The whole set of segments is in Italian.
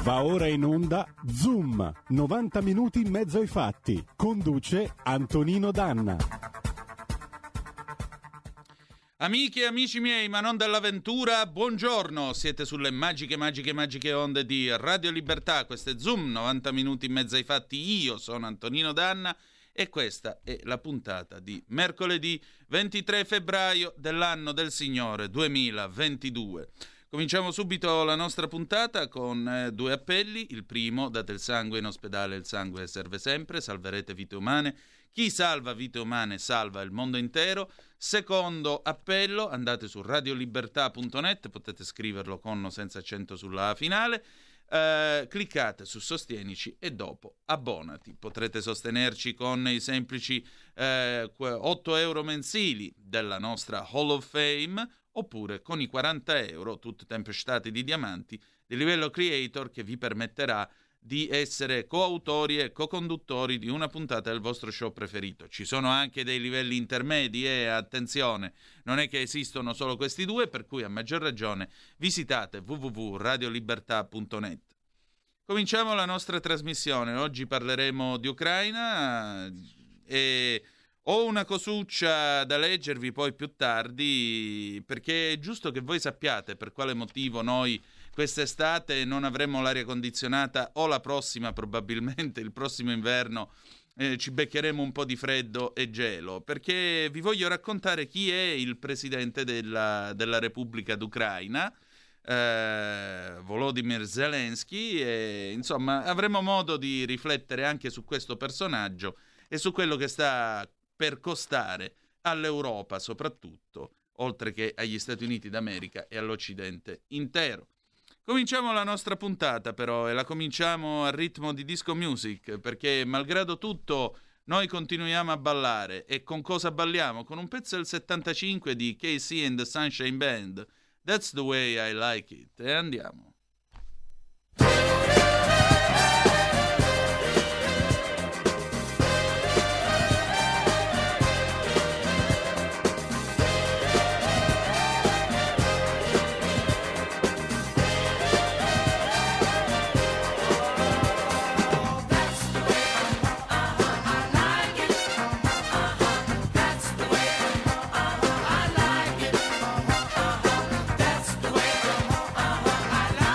Va ora in onda Zoom, 90 minuti in mezzo ai fatti. Conduce Antonino Danna. Amiche e amici miei, ma non dell'avventura, buongiorno. Siete sulle magiche onde di Radio Libertà. Questo è Zoom, 90 minuti in mezzo ai fatti. Io sono Antonino Danna e questa è la puntata di mercoledì 23 febbraio dell'anno del Signore 2022. Cominciamo subito la nostra puntata con due appelli. Il primo: date il sangue in ospedale, il sangue serve sempre, salverete vite umane. Chi salva vite umane salva il mondo intero. Secondo appello: andate su radiolibertà.net, potete scriverlo con o senza accento sulla A finale. Cliccate su Sostienici e dopo abbonati. Potrete sostenerci con i semplici 8 euro mensili della nostra Hall of Fame, oppure con i 40 euro, tutti tempestati di diamanti, di livello creator, che vi permetterà di essere coautori e co-conduttori di una puntata del vostro show preferito. Ci sono anche dei livelli intermedi e attenzione, non è che esistono solo questi due, per cui a maggior ragione visitate www.radiolibertà.net. Cominciamo la nostra trasmissione. Oggi parleremo di Ucraina e ho una cosuccia da leggervi poi più tardi, perché è giusto che voi sappiate per quale motivo noi quest'estate non avremo l'aria condizionata, o la prossima probabilmente, il prossimo inverno ci beccheremo un po' di freddo e gelo, perché vi voglio raccontare chi è il presidente della Repubblica d'Ucraina, Volodymyr Zelensky, e insomma avremo modo di riflettere anche su questo personaggio e su quello che sta per costare all'Europa soprattutto, oltre che agli Stati Uniti d'America e all'Occidente intero. Cominciamo la nostra puntata però, e la cominciamo al ritmo di disco music, perché malgrado tutto noi continuiamo a ballare. E con cosa balliamo? Con un pezzo del 75 di KC and the Sunshine Band, That's the Way I Like It. E andiamo. I like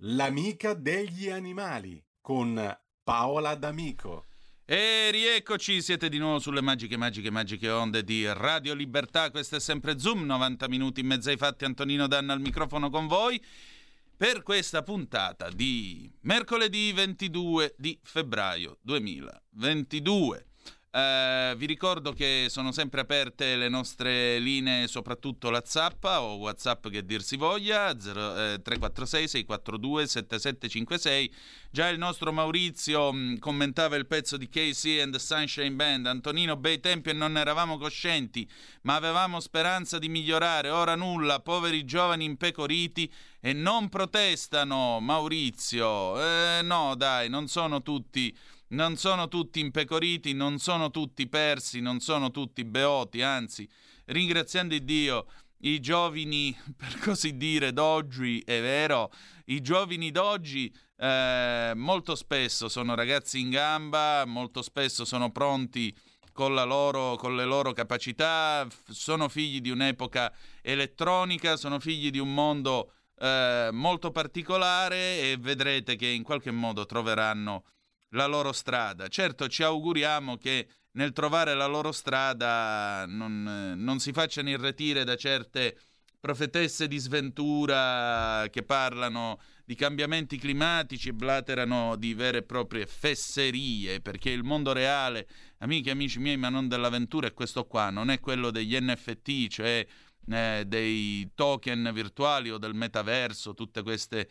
L'amica degli animali con Paola D'Amico. E rieccoci, siete di nuovo sulle magiche onde di Radio Libertà. Questo è sempre Zoom, 90 minuti in mezzo ai fatti. Antonino Danna al microfono con voi per questa puntata di mercoledì 22 di febbraio 2022. Vi ricordo che sono sempre aperte le nostre linee, soprattutto la Zappa o WhatsApp che dir si voglia, 346 642 7756. Già il nostro Maurizio commentava il pezzo di Casey and the Sunshine Band. Antonino, bei tempi e non ne eravamo coscienti, ma avevamo speranza di migliorare. Ora nulla, poveri giovani impecoriti e non protestano. Maurizio, no dai, non sono tutti impecoriti, non sono tutti persi, non sono tutti beoti, anzi, ringraziando Dio, i giovani, per così dire, d'oggi, è vero, i giovani d'oggi molto spesso sono ragazzi in gamba, molto spesso sono pronti con le loro capacità, sono figli di un'epoca elettronica, sono figli di un mondo molto particolare e vedrete che in qualche modo troveranno la loro strada. Certo, ci auguriamo che nel trovare la loro strada non si facciano irretire da certe profetesse di sventura che parlano di cambiamenti climatici e blaterano di vere e proprie fesserie, perché il mondo reale, amiche e amici miei, ma non dell'avventura, è questo qua, non è quello degli NFT, cioè dei token virtuali o del metaverso, tutte queste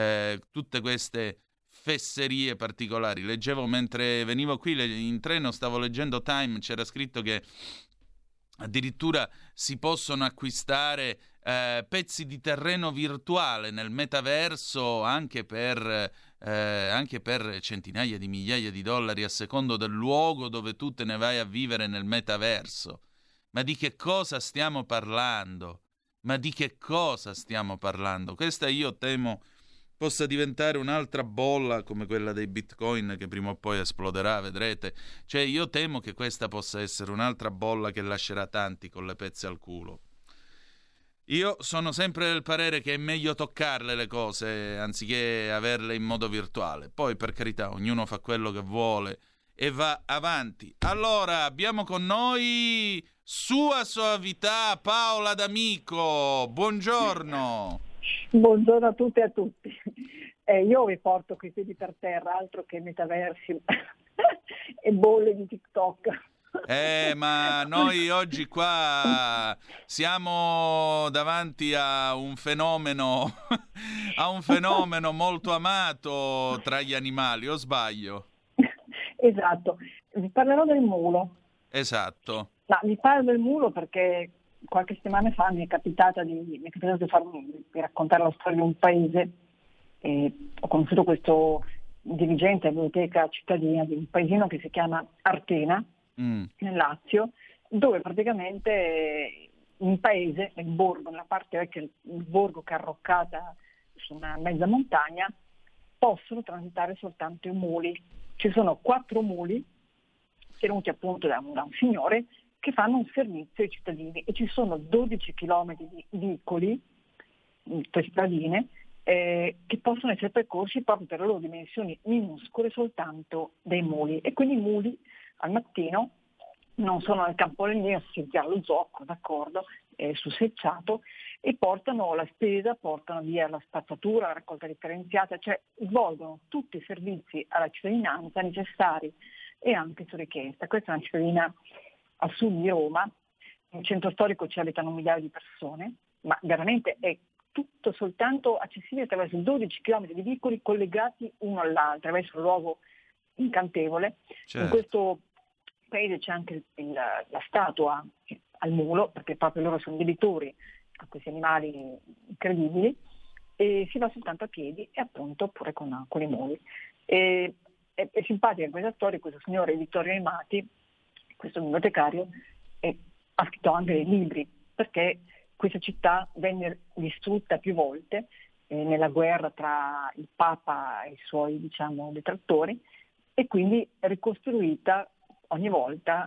fesserie particolari. Leggevo mentre venivo qui in treno, stavo leggendo Time, c'era scritto che addirittura si possono acquistare pezzi di terreno virtuale nel metaverso anche per centinaia di migliaia di dollari a secondo del luogo dove tu te ne vai a vivere nel metaverso. Ma di che cosa stiamo parlando? Questa io temo possa diventare un'altra bolla come quella dei Bitcoin che prima o poi esploderà, vedrete. Cioè io temo che questa possa essere un'altra bolla che lascerà tanti con le pezze al culo. Io sono sempre del parere che è meglio toccarle le cose anziché averle in modo virtuale. Poi, per carità, ognuno fa quello che vuole e va avanti. Allora, abbiamo con noi Sua Soavità Paola D'Amico. Buongiorno. Buongiorno a tutte e a tutti. Io vi porto coi piedi per terra, altro che metaversi e bolle di TikTok. Ma noi oggi qua siamo davanti a un fenomeno molto amato tra gli animali, o sbaglio? Esatto, vi parlerò del mulo. Esatto. Ma vi parlo del mulo perché qualche settimana fa mi è capitato di raccontare la storia di un paese. Ho conosciuto questo dirigente della biblioteca cittadina di un paesino che si chiama Artena, nel Lazio, dove praticamente in paese, nel borgo, nella parte vecchia del borgo che è arroccata su una mezza montagna, possono transitare soltanto i muli. Ci sono 4 muli tenuti appunto da un signore che fanno un servizio ai cittadini e ci sono 12 chilometri di vicoli, stradine, che possono essere percorsi proprio per le loro dimensioni minuscole soltanto dai muli. E quindi i muli al mattino non sono nel campolineo, si ha lo zoccolo, d'accordo, sul selciato, e portano la spesa, portano via la spazzatura, la raccolta differenziata, cioè svolgono tutti i servizi alla cittadinanza necessari e anche su richiesta. Questa è una cittadina a sud di Roma, nel centro storico ci abitano un migliaio di persone, ma veramente è tutto soltanto accessibile attraverso 12 km di vicoli collegati uno all'altro, attraverso un luogo incantevole. Certo. In questo paese c'è anche la statua al mulo, perché proprio loro sono debitori a questi animali incredibili, e si va soltanto a piedi e appunto pure con i muli. È simpatica questa storia, questo signore Vittorio Aimati, questo bibliotecario, ha scritto anche dei libri, perché questa città venne distrutta più volte nella guerra tra il Papa e i suoi, detrattori, e quindi ricostruita ogni volta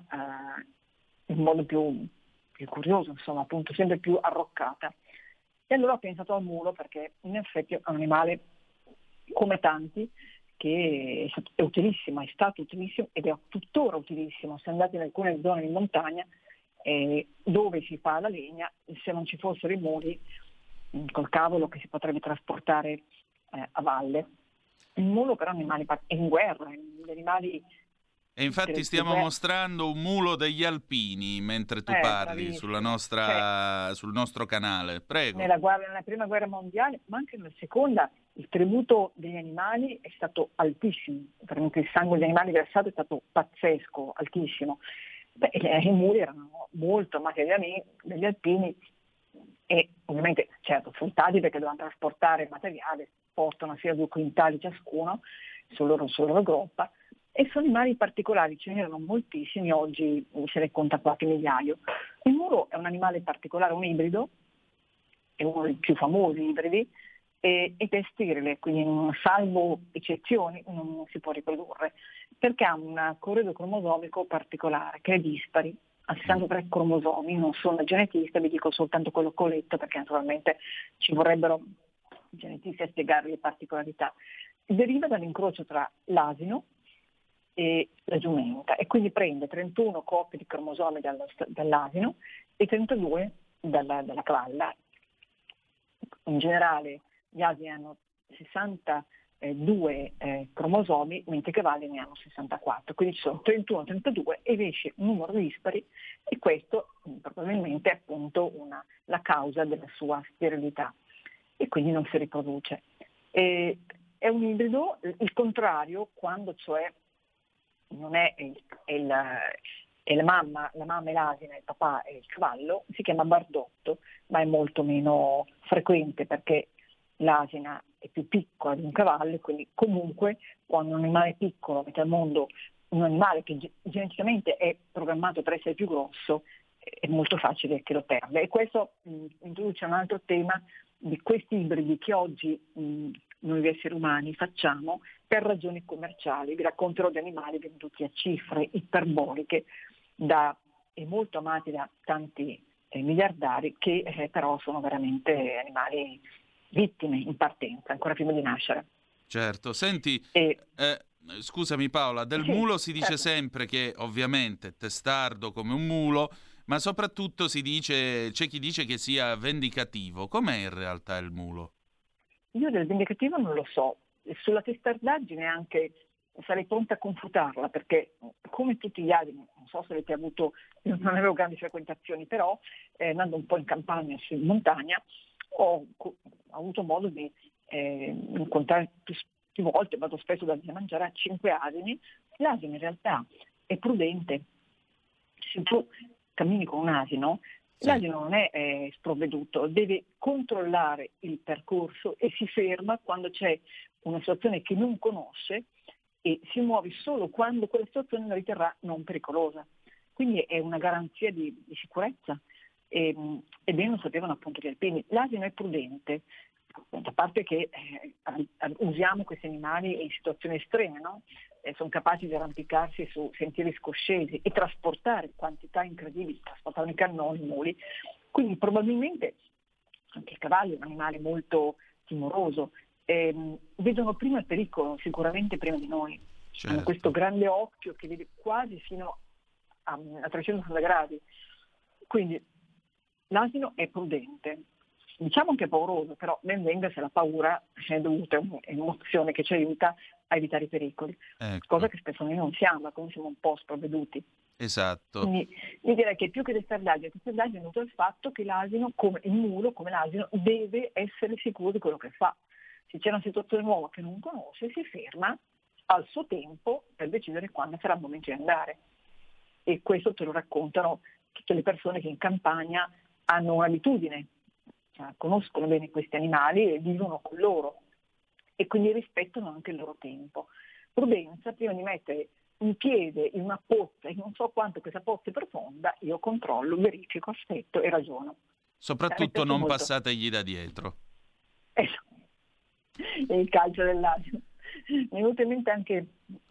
in modo più curioso, insomma, appunto sempre più arroccata. E allora ho pensato al mulo perché in effetti è un animale come tanti, che è utilissimo, è stato utilissimo ed è tuttora utilissimo. Se andate in alcune zone di montagna dove si fa la legna, se non ci fossero i muli, col cavolo che si potrebbe trasportare a valle. Il mulo però è un animale è in guerra, gli animali. E infatti stiamo mostrando un mulo degli alpini mentre tu parli sul nostro canale. Prego. Nella prima guerra mondiale, ma anche nella seconda, il tributo degli animali è stato altissimo. Veramente il sangue degli animali versato è stato pazzesco, altissimo. I muli erano molto amati dagli alpini e ovviamente, certo, sfruttati perché dovevano trasportare materiale, portano fino a 2 quintali ciascuno sulla loro groppa. E sono animali particolari, ce n'erano moltissimi, oggi se ne conta qualche migliaio. Il mulo è un animale particolare, un ibrido, è uno dei più famosi ibridi, ed è sterile, quindi salvo eccezioni non si può riprodurre, perché ha un corredo cromosomico particolare, che è dispari, ha 63 cromosomi. Non sono una genetista, vi dico soltanto quello che ho letto, perché naturalmente ci vorrebbero genetisti a spiegare le particolarità. Deriva dall'incrocio tra l'asino e la giumenta, e quindi prende 31 coppie di cromosomi dall'asino e 32 dalla cavalla. In generale gli asini hanno 62 cromosomi, mentre i cavalli ne hanno 64, quindi ci sono 31-32 ed esce un numero dispari, e questo probabilmente è appunto la causa della sua sterilità, e quindi non si riproduce. È un ibrido, il contrario, quando cioè non è la mamma è l'asina, il papà è il cavallo, si chiama bardotto, ma è molto meno frequente perché l'asina è più piccola di un cavallo, quindi comunque quando un animale piccolo mette al mondo un animale che geneticamente è programmato per essere più grosso, è molto facile che lo perde. E questo introduce un altro tema di questi ibridi che oggi noi esseri umani facciamo per ragioni commerciali. Vi racconterò di animali venduti a cifre iperboliche e molto amati da tanti miliardari, che però sono veramente animali vittime in partenza, ancora prima di nascere. Certo, senti, scusami Paola, del mulo si dice sempre che ovviamente è testardo come un mulo, ma soprattutto c'è chi dice che sia vendicativo. Com'è in realtà il mulo? Io del vendicativo non lo so, sulla testardaggine anche sarei pronta a confutarla, perché come tutti gli altri, non so se avete avuto, non avevo grandi frequentazioni, però andando un po' in campagna, in montagna, ho avuto modo di incontrare più volte, vado spesso da mangiare a 5 asini. L'asino in realtà è prudente. Se tu cammini con un asino, l'asino non è sprovveduto, deve controllare il percorso e si ferma quando c'è una situazione che non conosce e si muove solo quando quella situazione la riterrà non pericolosa. Quindi è una garanzia di sicurezza. E bene lo sapevano appunto gli alpini. L'asino è prudente, a parte che usiamo questi animali in situazioni estreme, no? Sono capaci di arrampicarsi su sentieri scoscesi e trasportare quantità incredibili, trasportare i cannoni, i muli. Quindi probabilmente anche il cavallo è un animale molto timoroso. Vedono prima il pericolo, sicuramente prima di noi. Certo. Hanno questo grande occhio che vede quasi fino a 360 gradi. Quindi l'asino è prudente. Diciamo che è pauroso, però ben venga se la paura è dovuta a un'emozione che ci aiuta a evitare i pericoli, cosa che spesso noi non siamo, come siamo un po' sprovveduti. Esatto. Quindi io direi che più che testardaggine è dovuto al fatto che l'asino, come il mulo, come l'asino, deve essere sicuro di quello che fa. Se c'è una situazione nuova che non conosce, si ferma al suo tempo per decidere quando sarà il momento di andare. E questo te lo raccontano tutte le persone che in campagna hanno un'abitudine, conoscono bene questi animali e vivono con loro e quindi rispettano anche il loro tempo. Prudenza, prima di mettere un piede in una pozza e non so quanto questa pozza è profonda, io controllo, verifico, aspetto e ragiono. Soprattutto non passategli da dietro. È il calcio dell'asino. Mi è venuto in mente anche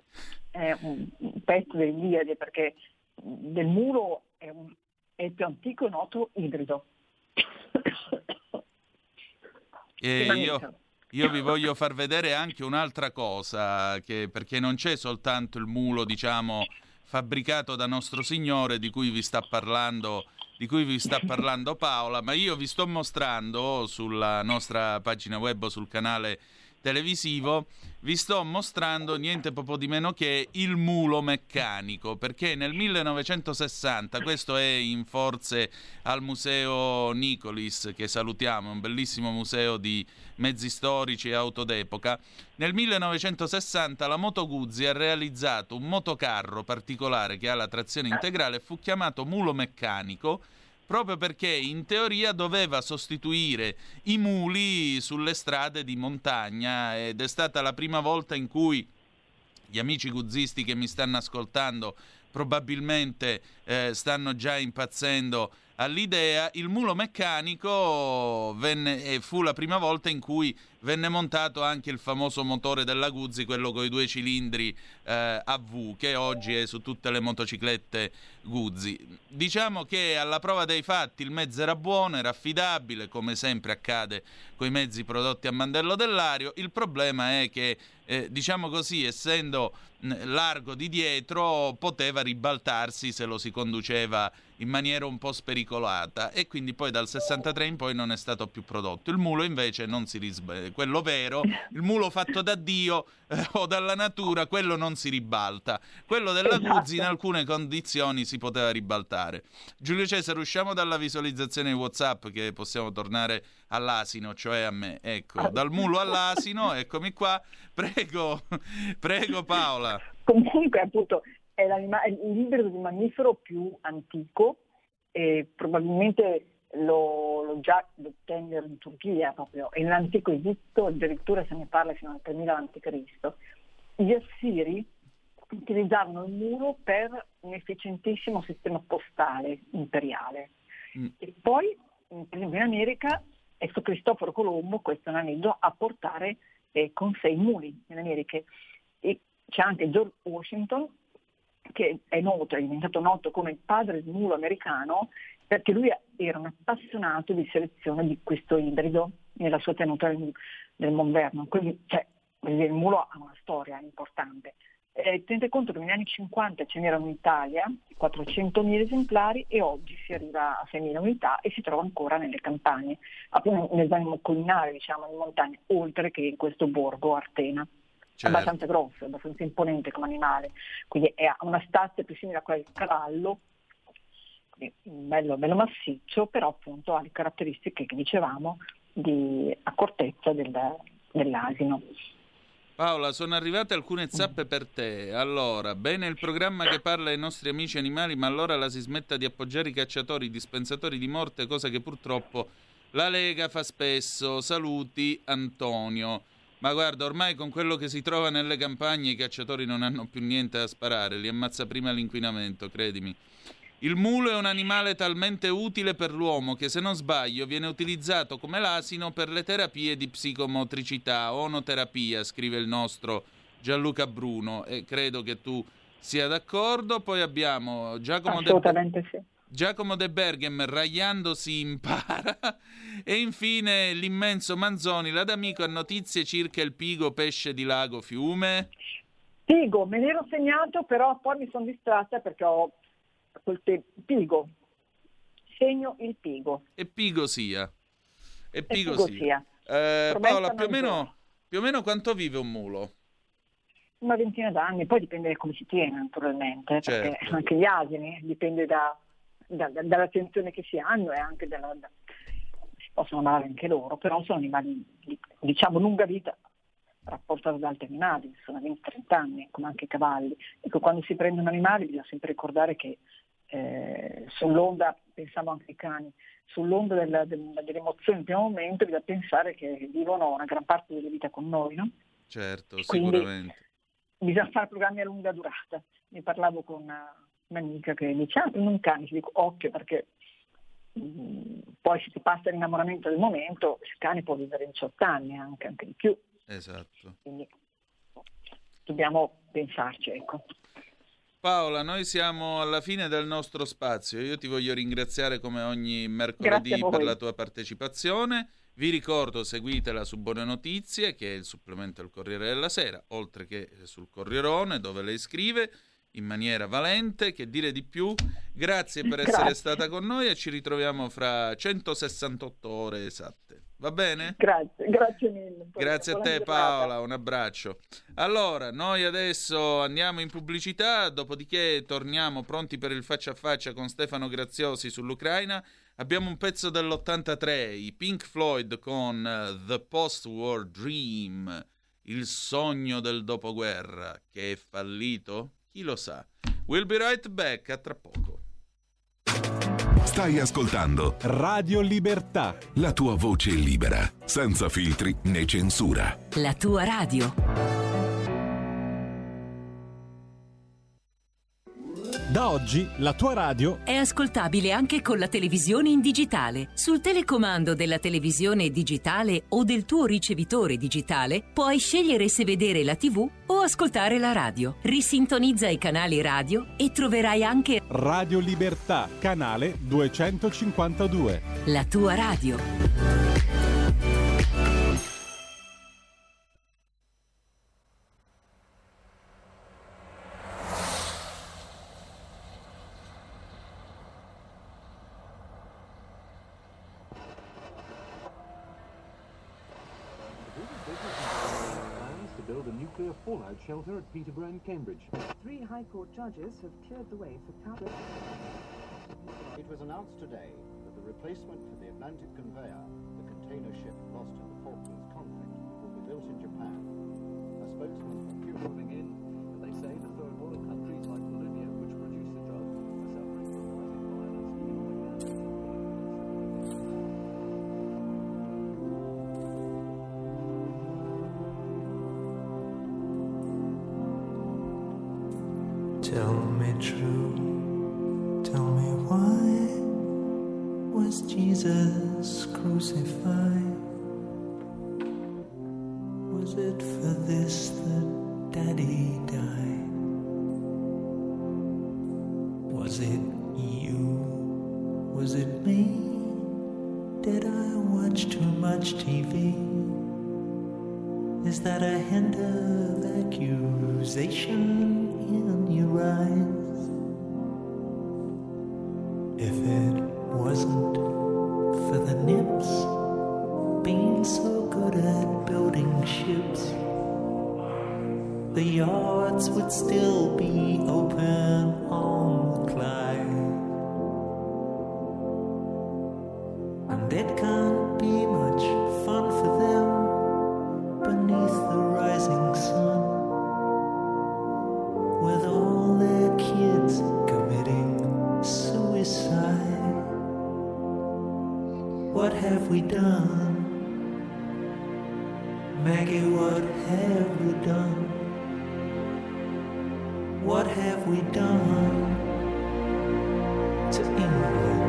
un pezzo dell'Iliade, perché del mulo è il più antico e noto ibrido. Io io vi voglio far vedere anche un'altra cosa, perché non c'è soltanto il mulo, diciamo, fabbricato da Nostro Signore di cui vi sta parlando Paola, ma io vi sto mostrando sulla nostra pagina web o sul canale televisivo, vi sto mostrando niente poco di meno che il mulo meccanico, perché nel 1960, questo è in forze al Museo Nicolis, che salutiamo, è un bellissimo museo di mezzi storici e auto d'epoca, nel 1960 la Moto Guzzi ha realizzato un motocarro particolare che ha la trazione integrale, fu chiamato mulo meccanico, proprio perché in teoria doveva sostituire i muli sulle strade di montagna, ed è stata la prima volta in cui gli amici guzzisti che mi stanno ascoltando probabilmente stanno già impazzendo all'idea. Il mulo meccanico fu la prima volta in cui venne montato anche il famoso motore della Guzzi, quello con i 2 cilindri a V, che oggi è su tutte le motociclette Guzzi. Diciamo che alla prova dei fatti il mezzo era buono, era affidabile, come sempre accade con i mezzi prodotti a mandello dell'ario. Il problema è che, diciamo così, essendo largo di dietro, poteva ribaltarsi se lo si conduceva in maniera un po' spericolata, e quindi poi dal 63 in poi non è stato più prodotto. Il mulo invece non si quello vero, il mulo fatto da Dio o dalla natura, quello non si ribalta. Quello della Guzzi in alcune condizioni si poteva ribaltare. Giulio Cesare, usciamo dalla visualizzazione WhatsApp, che possiamo tornare all'asino, cioè a me. Ecco, dal mulo all'asino, eccomi qua. Prego Paola. Comunque, appunto, è l'ibrido di mammifero più antico, e probabilmente lo già ottennero in Turchia proprio, e nell'antico Egitto addirittura se ne parla fino al 3000 a.C. Gli assiri utilizzavano il muro per un efficientissimo sistema postale imperiale. E poi, per esempio in America, è stato Cristoforo Colombo, questo è un aneddoto, a portare con sé i muli in America. E c'è anche George Washington, che è diventato noto come il padre del mulo americano, perché lui era un appassionato di selezione di questo ibrido nella sua tenuta del Mont Vernon. Quindi il mulo ha una storia importante. Tenete conto che negli anni 50 ce n'erano in Italia 400.000 esemplari, e oggi si arriva a 6.000 unità e si trova ancora nelle campagne, appunto nel zone collinari, diciamo, in montagna, oltre che in questo borgo Artena. Certo. Abbastanza grosso, abbastanza imponente come animale, quindi ha una stazza più simile a quella del cavallo, bello massiccio, però appunto ha le caratteristiche che dicevamo di accortezza dell'asino. Paola, sono arrivate alcune zappe per te. Allora, bene il programma che parla ai nostri amici animali, ma allora la si smetta di appoggiare i cacciatori, i dispensatori di morte, cosa che purtroppo la Lega fa spesso. Saluti, Antonio. Ma guarda, ormai con quello che si trova nelle campagne i cacciatori non hanno più niente da sparare, li ammazza prima l'inquinamento, credimi. Il mulo è un animale talmente utile per l'uomo che, se non sbaglio, viene utilizzato come l'asino per le terapie di psicomotricità, onoterapia, scrive il nostro Gianluca Bruno, e credo che tu sia d'accordo. Poi abbiamo Giacomo De Berghem, Ragliando si impara. E infine l'immenso Manzoni, l'Adamico ha notizie circa il pigo, pesce di lago, fiume? Pigo, me l'ero segnato, però poi mi sono distratta perché ho pigo, segno il pigo. E pigo sia. Paola, più o meno quanto vive un mulo? Una ventina d'anni, poi dipende come si tiene naturalmente, certo. Perché anche gli asini dipende dall'attenzione che si hanno, e anche si possono amare anche loro, però sono animali di diciamo lunga vita rapportato ad altri animali, sono 20-30 anni, come anche i cavalli. Ecco, quando si prende un animale bisogna sempre ricordare che sull'onda, pensiamo anche ai cani, sull'onda delle emozioni in primo momento, bisogna pensare che vivono una gran parte della vita con noi, no? Certo, quindi sicuramente. Bisogna fare programmi a lunga durata. Ne parlavo con un'amica che dice: prendi un cane, ti dico occhio, perché poi se ti passa l'innamoramento del momento, il cane può vivere 18 anni, anche di più. Esatto. Quindi dobbiamo pensarci, ecco. Paola, noi siamo alla fine del nostro spazio. Io ti voglio ringraziare come ogni mercoledì per la tua partecipazione. Vi ricordo, seguitela su Buone Notizie, che è il supplemento del Corriere della Sera, oltre che sul Corrierone, dove lei scrive in maniera valente. Che dire di più? Grazie per essere stata con noi e ci ritroviamo fra 168 ore esatte. Va bene? Grazie mille. Grazie a te Paola, un abbraccio. Allora, noi adesso andiamo in pubblicità, dopodiché torniamo pronti per il faccia a faccia con Stefano Graziosi sull'Ucraina. Abbiamo un pezzo dell'83, i Pink Floyd con The Post-War Dream, il sogno del dopoguerra, che è fallito? Chi lo sa? We'll be right back, a tra poco. Stai ascoltando Radio Libertà, la tua voce libera, senza filtri né censura. La tua radio. Da oggi la tua radio È ascoltabile anche con la televisione in digitale. Sul telecomando della televisione digitale o del tuo ricevitore digitale puoi scegliere se vedere la TV o ascoltare la radio. Risintonizza i canali radio e troverai anche Radio Libertà, canale 252. la tua radio. Fallout shelter at Peterborough and Cambridge. 3 High Court judges have cleared the way for Cardiff. It was announced today that the replacement for the Atlantic conveyor, the container ship lost in the Falklands conflict, will be built in Japan. A spokesman for Cuba Moving in, and they say the third world countries like Bolivia, which produce the drug, are suffering from rising violence, economic damage. Tell me true, tell me why was Jesus crucified? Was it for this that Daddy died? Was it you? Was it me? Did I watch too much TV? Is that a hint of accusation in your eyes? If it wasn't for the nips being so good at building ships, the yards would still be open on the Clyde. And it can't be much fun for them beneath the rising sun, with all their kids committing suicide. What have we done? Maggie, what have we done? What have we done to England?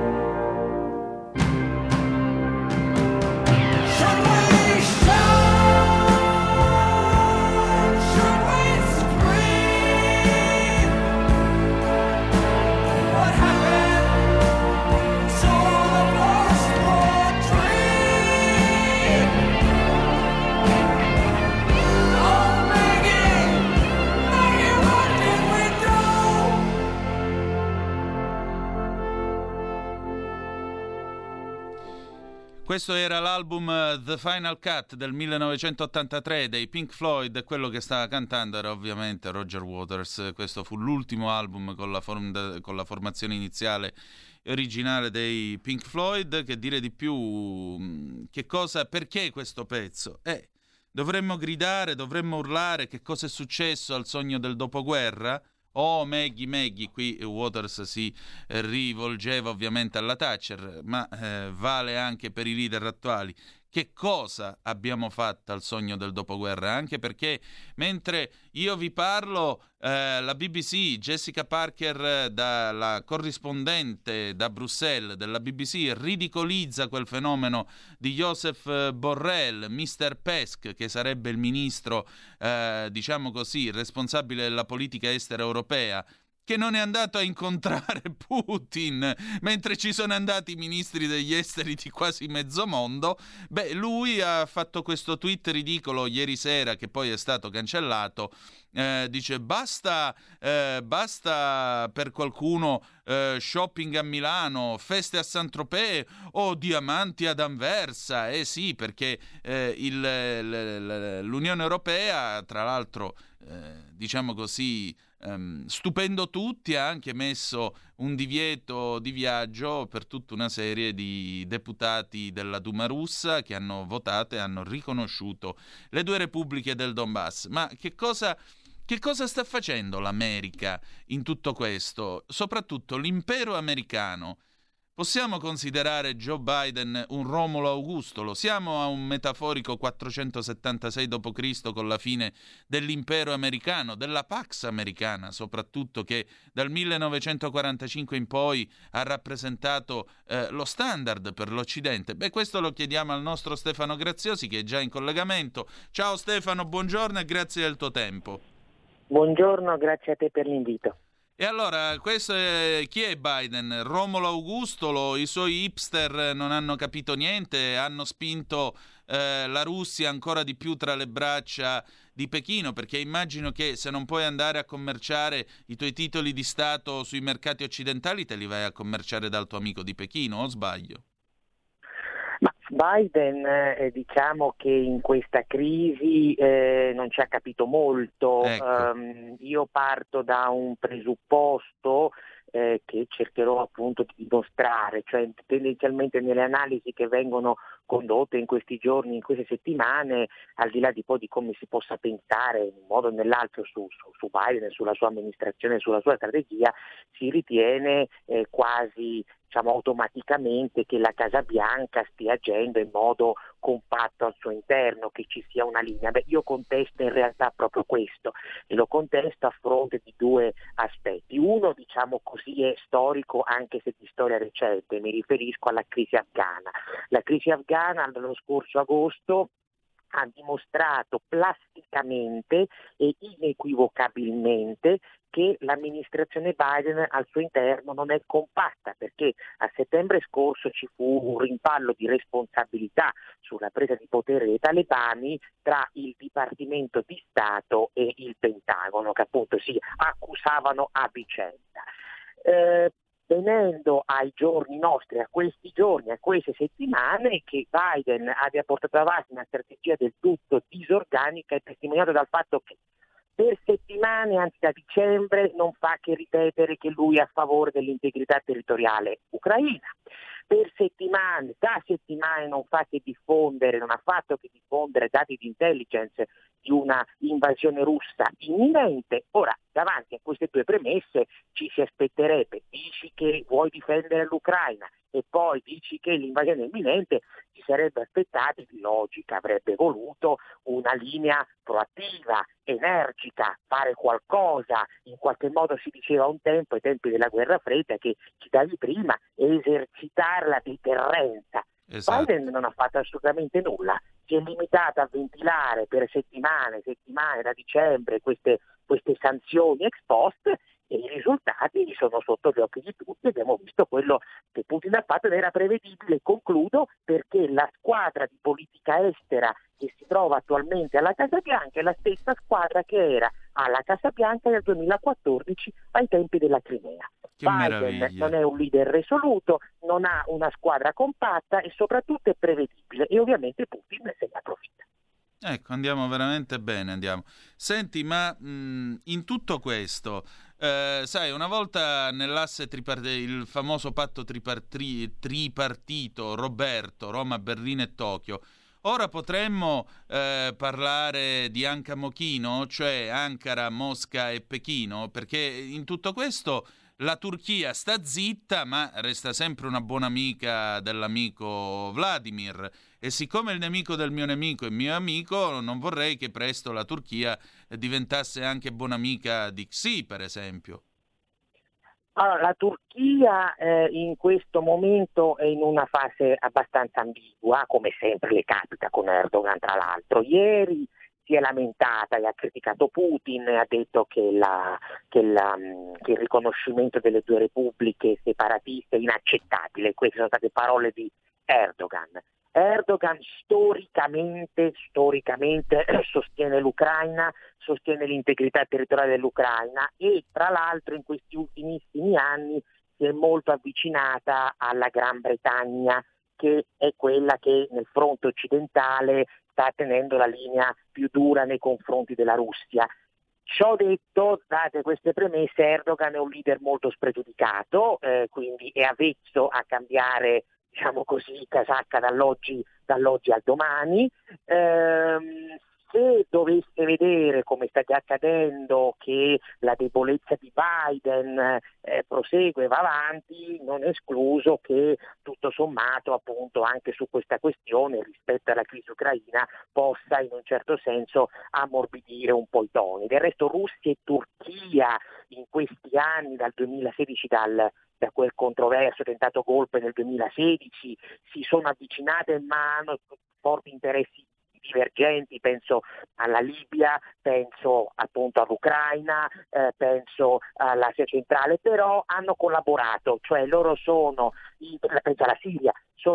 Questo era l'album The Final Cut del 1983 dei Pink Floyd. Quello che stava cantando era ovviamente Roger Waters. Questo fu l'ultimo album con la formazione iniziale originale dei Pink Floyd. Che dire di più? Perché questo pezzo? Dovremmo gridare, dovremmo urlare che cosa è successo al sogno del dopoguerra? Oh, Maggie, qui Waters si rivolgeva ovviamente alla Thatcher, ma vale anche per i leader attuali. Che cosa abbiamo fatto al sogno del dopoguerra? Anche perché mentre io vi parlo, la BBC, Jessica Parker, la corrispondente da Bruxelles della BBC, ridicolizza quel fenomeno di Joseph Borrell, Mr. Pesk, che sarebbe il ministro, diciamo così, responsabile della politica estera europea, che non è andato a incontrare Putin, mentre ci sono andati i ministri degli esteri di quasi mezzo mondo. Beh, lui ha fatto questo tweet ridicolo ieri sera, che poi è stato cancellato. Dice basta per qualcuno shopping a Milano, feste a Saint-Tropez o diamanti ad Anversa. Sì, perché l'Unione Europea, tra l'altro, diciamo così, stupendo tutti, ha anche messo un divieto di viaggio per tutta una serie di deputati della Duma russa che hanno votato e hanno riconosciuto le due repubbliche del Donbass. Ma che cosa sta facendo l'America in tutto questo? Soprattutto l'impero americano. Possiamo considerare Joe Biden un Romolo Augustolo? Siamo a un metaforico 476 d.C. con la fine dell'impero americano, della Pax americana, soprattutto, che dal 1945 in poi ha rappresentato lo standard per l'Occidente. Beh, questo lo chiediamo al nostro Stefano Graziosi, che è già in collegamento. Ciao Stefano, buongiorno e grazie del tuo tempo. Buongiorno, grazie a te per l'invito. E allora, chi è Biden? Romolo Augustolo? I suoi hipster non hanno capito niente, hanno spinto la Russia ancora di più tra le braccia di Pechino, perché immagino che se non puoi andare a commerciare i tuoi titoli di Stato sui mercati occidentali, te li vai a commerciare dal tuo amico di Pechino, o sbaglio? Ma Biden, diciamo che in questa crisi non ci ha capito molto. Ecco. Io parto da un presupposto che cercherò appunto di dimostrare, cioè tendenzialmente nelle analisi che vengono condotte in questi giorni, in queste settimane, al di là di poi di come si possa pensare in un modo o nell'altro su Biden, sulla sua amministrazione, sulla sua strategia, si ritiene quasi, diciamo, automaticamente che la Casa Bianca stia agendo in modo compatto al suo interno, che ci sia una linea. Beh, io contesto in realtà proprio questo, e lo contesto a fronte di due aspetti. Uno, diciamo così, è storico, anche se di storia recente, mi riferisco alla crisi afghana. La crisi afghana dello scorso agosto ha dimostrato plasticamente e inequivocabilmente che l'amministrazione Biden al suo interno non è compatta, perché a settembre scorso ci fu un rimpallo di responsabilità sulla presa di potere dei talebani tra il Dipartimento di Stato e il Pentagono, che appunto si accusavano a vicenda. Venendo ai giorni nostri, a questi giorni, a queste settimane, che Biden abbia portato avanti una strategia del tutto disorganica è testimoniato dal fatto che per settimane, anzi da dicembre, non fa che ripetere che lui è a favore dell'integrità territoriale ucraina. Per settimane, da settimane non ha fatto che diffondere dati di intelligence di una invasione russa imminente. Ora, davanti a queste due premesse ci si aspetterebbe: dici che vuoi difendere l'Ucraina e poi dici che l'invasione è imminente, ci sarebbe aspettati, di logica avrebbe voluto una linea proattiva, energica, fare qualcosa. In qualche modo si diceva un tempo, ai tempi della guerra fredda, che citavi prima, esercitare la deterrenza. Esatto. Biden non ha fatto assolutamente nulla, si è limitato a ventilare per settimane da dicembre queste sanzioni ex post, e i risultati sono sotto gli occhi di tutti. Abbiamo visto quello che Putin ha fatto ed era prevedibile. Concludo, perché la squadra di politica estera che si trova attualmente alla Casa Bianca è la stessa squadra che era alla Casa Bianca nel 2014 ai tempi della Crimea. Che Biden meraviglia. non è un leader risoluto, non ha una squadra compatta e soprattutto è prevedibile, e ovviamente Putin se ne approfitta. Ecco, andiamo veramente bene, andiamo. Senti, ma in tutto questo, sai, una volta nell'asse il famoso patto tripartito, Roberto, Roma, Berlino e Tokyo, ora potremmo parlare di Anca Mochino, cioè Ankara, Mosca e Pechino, perché in tutto questo la Turchia sta zitta, ma resta sempre una buona amica dell'amico Vladimir, e siccome il nemico del mio nemico è mio amico, non vorrei che presto la Turchia diventasse anche buona amica di Xi, per esempio. Allora, la Turchia in questo momento è in una fase abbastanza ambigua, come sempre le capita con Erdogan, tra l'altro. Ieri si è lamentata e ha criticato Putin, ha detto che il riconoscimento delle due repubbliche separatiste è inaccettabile. Queste sono state parole di Erdogan. Erdogan storicamente sostiene l'Ucraina, sostiene l'integrità territoriale dell'Ucraina e tra l'altro in questi ultimissimi anni si è molto avvicinata alla Gran Bretagna, che è quella che nel fronte occidentale sta tenendo la linea più dura nei confronti della Russia. Ciò detto, date queste premesse, Erdogan è un leader molto spregiudicato, quindi è avvezzo a cambiare, diciamo così, casacca dall'oggi al domani. Se dovesse vedere, come sta già accadendo, che la debolezza di Biden prosegue e va avanti, non è escluso che tutto sommato appunto anche su questa questione rispetto alla crisi ucraina possa in un certo senso ammorbidire un po' i toni. Del resto Russia e Turchia in questi anni, dal 2016, da quel controverso tentato golpe nel 2016, si sono avvicinate ma hanno forti interessi divergenti, penso alla Libia, penso appunto all'Ucraina, penso all'Asia centrale, però hanno collaborato, cioè loro penso alla Siria,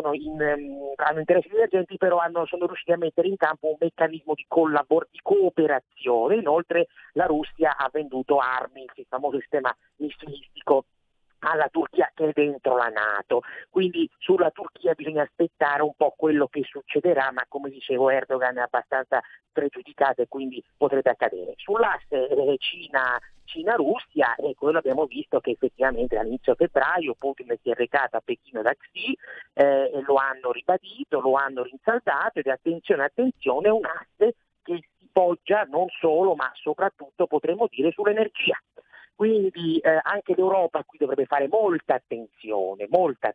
hanno interessi divergenti, però sono riusciti a mettere in campo un meccanismo di cooperazione. Inoltre la Russia ha venduto armi, il famoso sistema missilistico, alla Turchia, che è dentro la NATO. Quindi sulla Turchia bisogna aspettare un po' quello che succederà, ma come dicevo Erdogan è abbastanza pregiudicato e quindi potrebbe accadere. Sull'asse Cina-Russia, quello abbiamo visto che effettivamente all'inizio febbraio Putin si è recato a Pechino da Xi e lo hanno ribadito, lo hanno rinsaldato, ed attenzione, è un asse che si poggia non solo ma soprattutto, potremmo dire, sull'energia. Quindi anche l'Europa qui dovrebbe fare molta attenzione,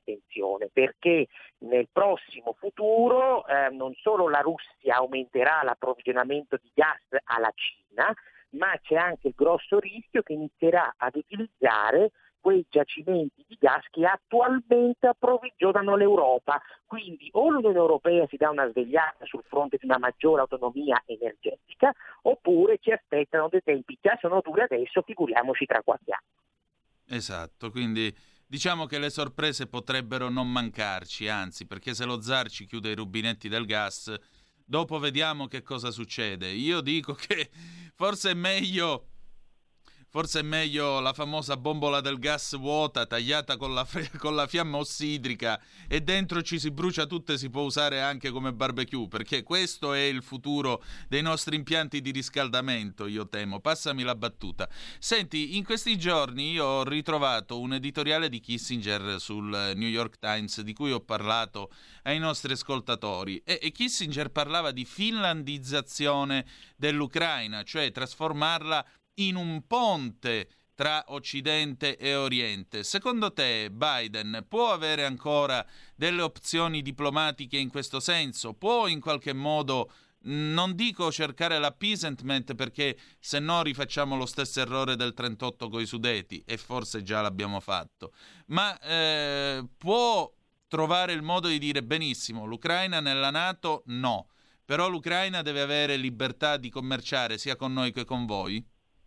perché nel prossimo futuro non solo la Russia aumenterà l'approvvigionamento di gas alla Cina, ma c'è anche il grosso rischio che inizierà ad utilizzare quei giacimenti di gas che attualmente approvvigionano l'Europa. Quindi o l'Unione Europea si dà una svegliata sul fronte di una maggiore autonomia energetica, oppure ci aspettano dei tempi già sono duri adesso, figuriamoci tra qualche anno. Esatto, quindi diciamo che le sorprese potrebbero non mancarci, anzi, perché se lo zar ci chiude i rubinetti del gas, dopo vediamo che cosa succede. Io dico che forse è meglio la famosa bombola del gas vuota tagliata con la fiamma ossidrica e dentro ci si brucia tutto e si può usare anche come barbecue, perché questo è il futuro dei nostri impianti di riscaldamento, io temo. Passami la battuta. Senti, in questi giorni io ho ritrovato un editoriale di Kissinger sul New York Times di cui ho parlato ai nostri ascoltatori e Kissinger parlava di finlandizzazione dell'Ucraina, cioè trasformarla in un ponte tra Occidente e Oriente. Secondo te Biden può avere ancora delle opzioni diplomatiche in questo senso? Può in qualche modo, non dico cercare l'appeasement, perché se no rifacciamo lo stesso errore del 38 coi Sudeti, e forse già l'abbiamo fatto, ma può trovare il modo di dire benissimo, l'Ucraina nella NATO no, però l'Ucraina deve avere libertà di commerciare sia con noi che con voi?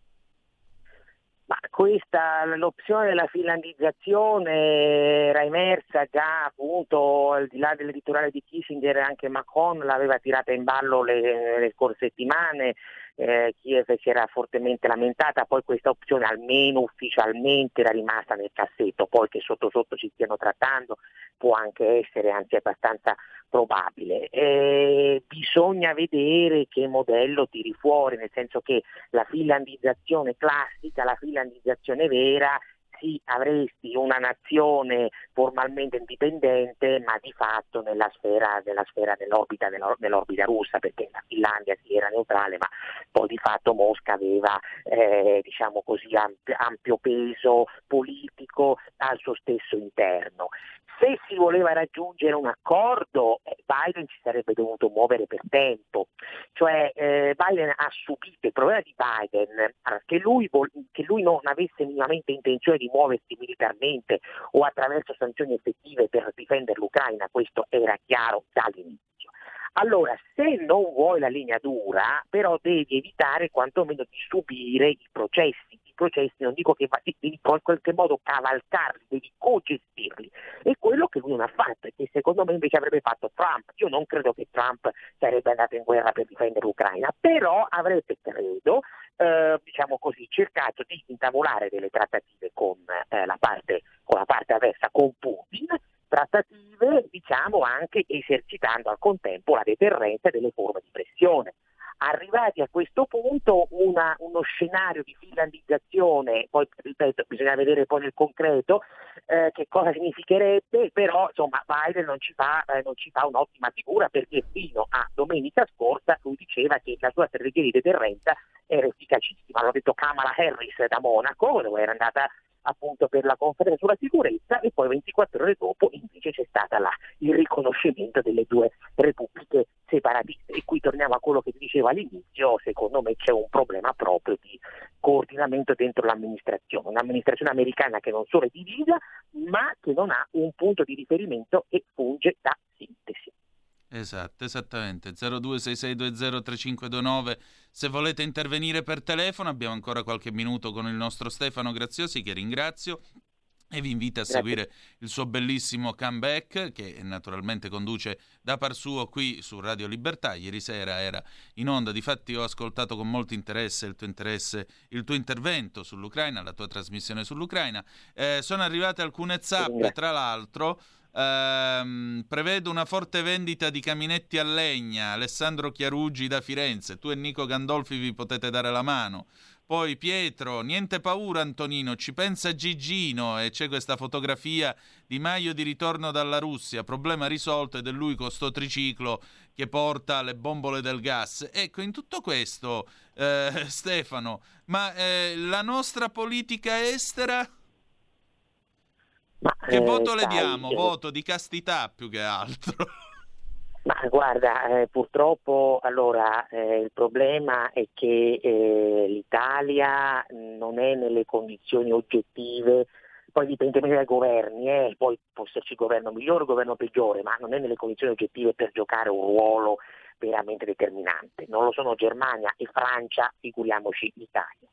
Ma l'opzione della finlandizzazione era emersa già, appunto, al di là dell'editoriale di Kissinger, anche Macron l'aveva tirata in ballo le scorse settimane. Kiev si era fortemente lamentata, poi questa opzione almeno ufficialmente era rimasta nel cassetto, poi che sotto sotto ci stiano trattando può anche essere, anzi è abbastanza probabile. Bisogna vedere che modello tiri fuori, nel senso che la finlandizzazione classica, la finlandizzazione vera, sì, avresti una nazione formalmente indipendente, ma di fatto nella sfera dell'orbita russa, perché la Finlandia sì era neutrale, ma poi di fatto Mosca aveva diciamo così ampio peso politico al suo stesso interno. Se si voleva raggiungere un accordo, Biden si sarebbe dovuto muovere per tempo, cioè Biden ha subito il problema di Biden, che lui non avesse minimamente intenzione di muoversi militarmente o attraverso sanzioni effettive per difendere l'Ucraina, questo era chiaro dall'inizio. Allora, se non vuoi la linea dura, però devi evitare quantomeno di subire i processi. I processi non dico che devi in qualche modo cavalcarli, devi co-gestirli. E quello che lui non ha fatto e che secondo me invece avrebbe fatto Trump. Io non credo che Trump sarebbe andato in guerra per difendere l'Ucraina, però avrebbe, credo, diciamo così, cercato di intavolare delle trattative con la parte avversa, con Putin, trattative, diciamo, anche esercitando al contempo la deterrenza delle forme di pressione. Arrivati a questo punto uno scenario di finlandizzazione, poi ripeto, bisogna vedere poi nel concreto che cosa significherebbe, però insomma Biden non ci fa un'ottima figura, perché fino a domenica scorsa lui diceva che la sua strategia di deterrenza era efficacissima, l'ha detto Kamala Harris da Monaco, dove era andata appunto per la conferenza sulla sicurezza, e poi 24 ore dopo invece c'è stato il riconoscimento delle due repubbliche separatiste. E qui torniamo a quello che ti dicevo all'inizio, secondo me c'è un problema proprio di coordinamento dentro l'amministrazione, un'amministrazione americana che non solo è divisa, ma che non ha un punto di riferimento e funge da sintesi. Esatto, esattamente. 0266203529. Se volete intervenire per telefono, abbiamo ancora qualche minuto con il nostro Stefano Graziosi, che ringrazio, e vi invita a seguire il suo bellissimo comeback, che naturalmente conduce da par suo qui su Radio Libertà. Ieri sera era in onda, difatti ho ascoltato con molto interesse il tuo intervento sull'Ucraina, la tua trasmissione sull'Ucraina. Sono arrivate alcune zappe, tra l'altro. Prevedo una forte vendita di caminetti a legna. Alessandro Chiarugi da Firenze, tu e Nico Gandolfi vi potete dare la mano. Poi Pietro, niente paura Antonino, ci pensa Gigino, e c'è questa fotografia di Maio di ritorno dalla Russia, problema risolto, ed è lui con sto triciclo che porta le bombole del gas. Ecco, in tutto questo Stefano, ma la nostra politica estera, che voto le diamo? Voto di castità più che altro. Ma guarda, purtroppo allora il problema è che l'Italia non è nelle condizioni oggettive, poi dipende dai governi, poi può esserci governo migliore o governo peggiore, ma non è nelle condizioni oggettive per giocare un ruolo veramente determinante. Non lo sono Germania e Francia, figuriamoci l'Italia.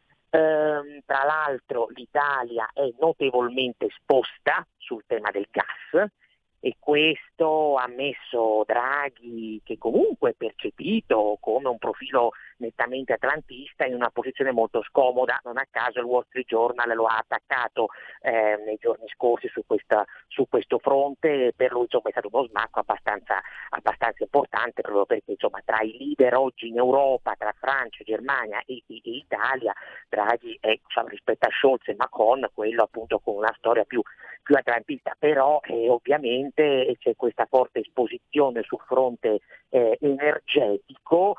Tra l'altro l'Italia è notevolmente esposta sul tema del gas, e questo ha messo Draghi, che comunque è percepito come un profilo nettamente atlantista, in una posizione molto scomoda. Non a caso il Wall Street Journal lo ha attaccato nei giorni scorsi su questo fronte. Per lui insomma è stato uno smacco abbastanza importante, proprio perché insomma tra i leader oggi in Europa, tra Francia, Germania e Italia, Draghi è, diciamo, rispetto a Scholz e Macron, quello appunto con una storia più atlantista. Però ovviamente c'è questa forte esposizione sul fronte energetico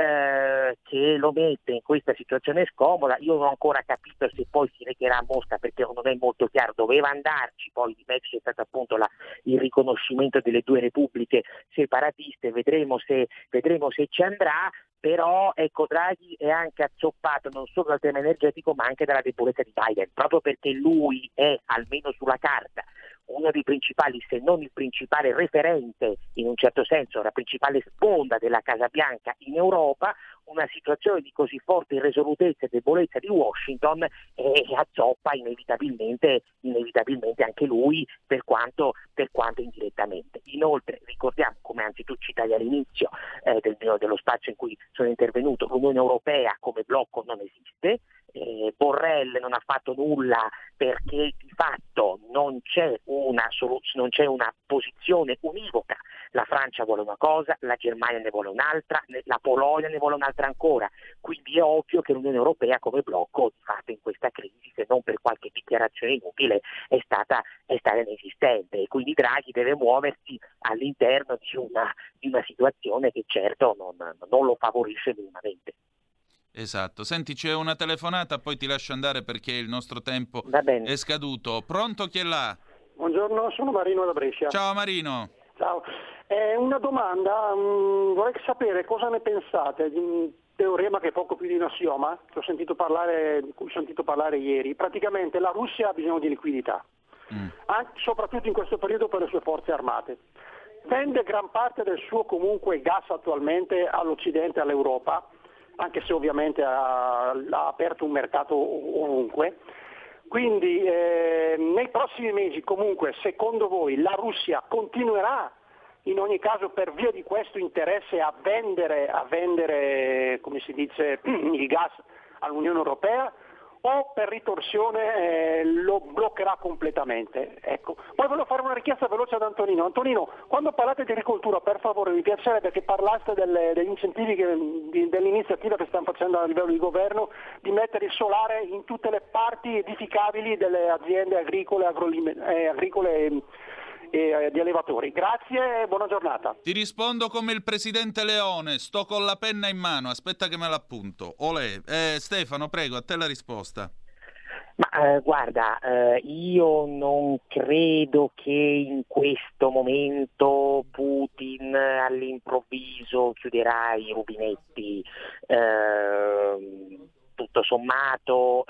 che lo mette in questa situazione scomoda. Io non ho ancora capito se poi si recherà a Mosca, perché non è molto chiaro, doveva andarci, poi di mezzo c'è stato appunto il riconoscimento delle due repubbliche separatiste, vedremo se ci andrà. Però ecco, Draghi è anche azzoppato non solo dal tema energetico ma anche dalla debolezza di Biden, proprio perché lui è, almeno sulla carta, uno dei principali, se non il principale referente, in un certo senso la principale sponda della Casa Bianca in Europa. Una situazione di così forte irresolutezza e debolezza di Washington azzoppa inevitabilmente anche lui, per quanto indirettamente. Inoltre ricordiamo, come anzi tu citavi all'inizio dello spazio in cui sono intervenuto, l'Unione Europea come blocco non esiste. Borrell non ha fatto nulla perché di fatto non c'è una posizione univoca. La Francia vuole una cosa, la Germania ne vuole un'altra, la Polonia ne vuole un'altra ancora. Quindi è ovvio che l'Unione Europea come blocco, di fatto in questa crisi, se non per qualche dichiarazione inutile, è stata inesistente. E quindi Draghi deve muoversi all'interno di una situazione che certo non lo favorisce minimamente. Esatto. Senti, c'è una telefonata, poi ti lascio andare perché il nostro tempo è scaduto. Pronto, chi è là? Buongiorno, sono Marino da Brescia. Ciao Marino. Ciao. Una domanda, vorrei sapere cosa ne pensate di un teorema che è poco più di un assioma, di cui ho sentito parlare ieri. Praticamente la Russia ha bisogno di liquidità, soprattutto in questo periodo per le sue forze armate. vende gran parte del suo comunque gas attualmente all'Occidente e all'Europa, anche se ovviamente ha aperto un mercato ovunque. Quindi nei prossimi mesi comunque, secondo voi, la Russia continuerà in ogni caso per via di questo interesse a vendere come si dice, il gas all'Unione Europea, o per ritorsione lo bloccherà completamente? Ecco. Poi volevo fare una richiesta veloce ad Antonino. Antonino, quando parlate di agricoltura, per favore, mi piacerebbe che parlaste degli incentivi, dell'iniziativa che stanno facendo a livello di governo di mettere il solare in tutte le parti edificabili delle aziende agricole, e di allevatori. Grazie e buona giornata. Ti rispondo come il presidente Leone, sto con la penna in mano, aspetta che me l'appunto. Olè. Stefano, prego, a te la risposta. Ma guarda, io non credo che in questo momento Putin all'improvviso chiuderà i rubinetti. Tutto sommato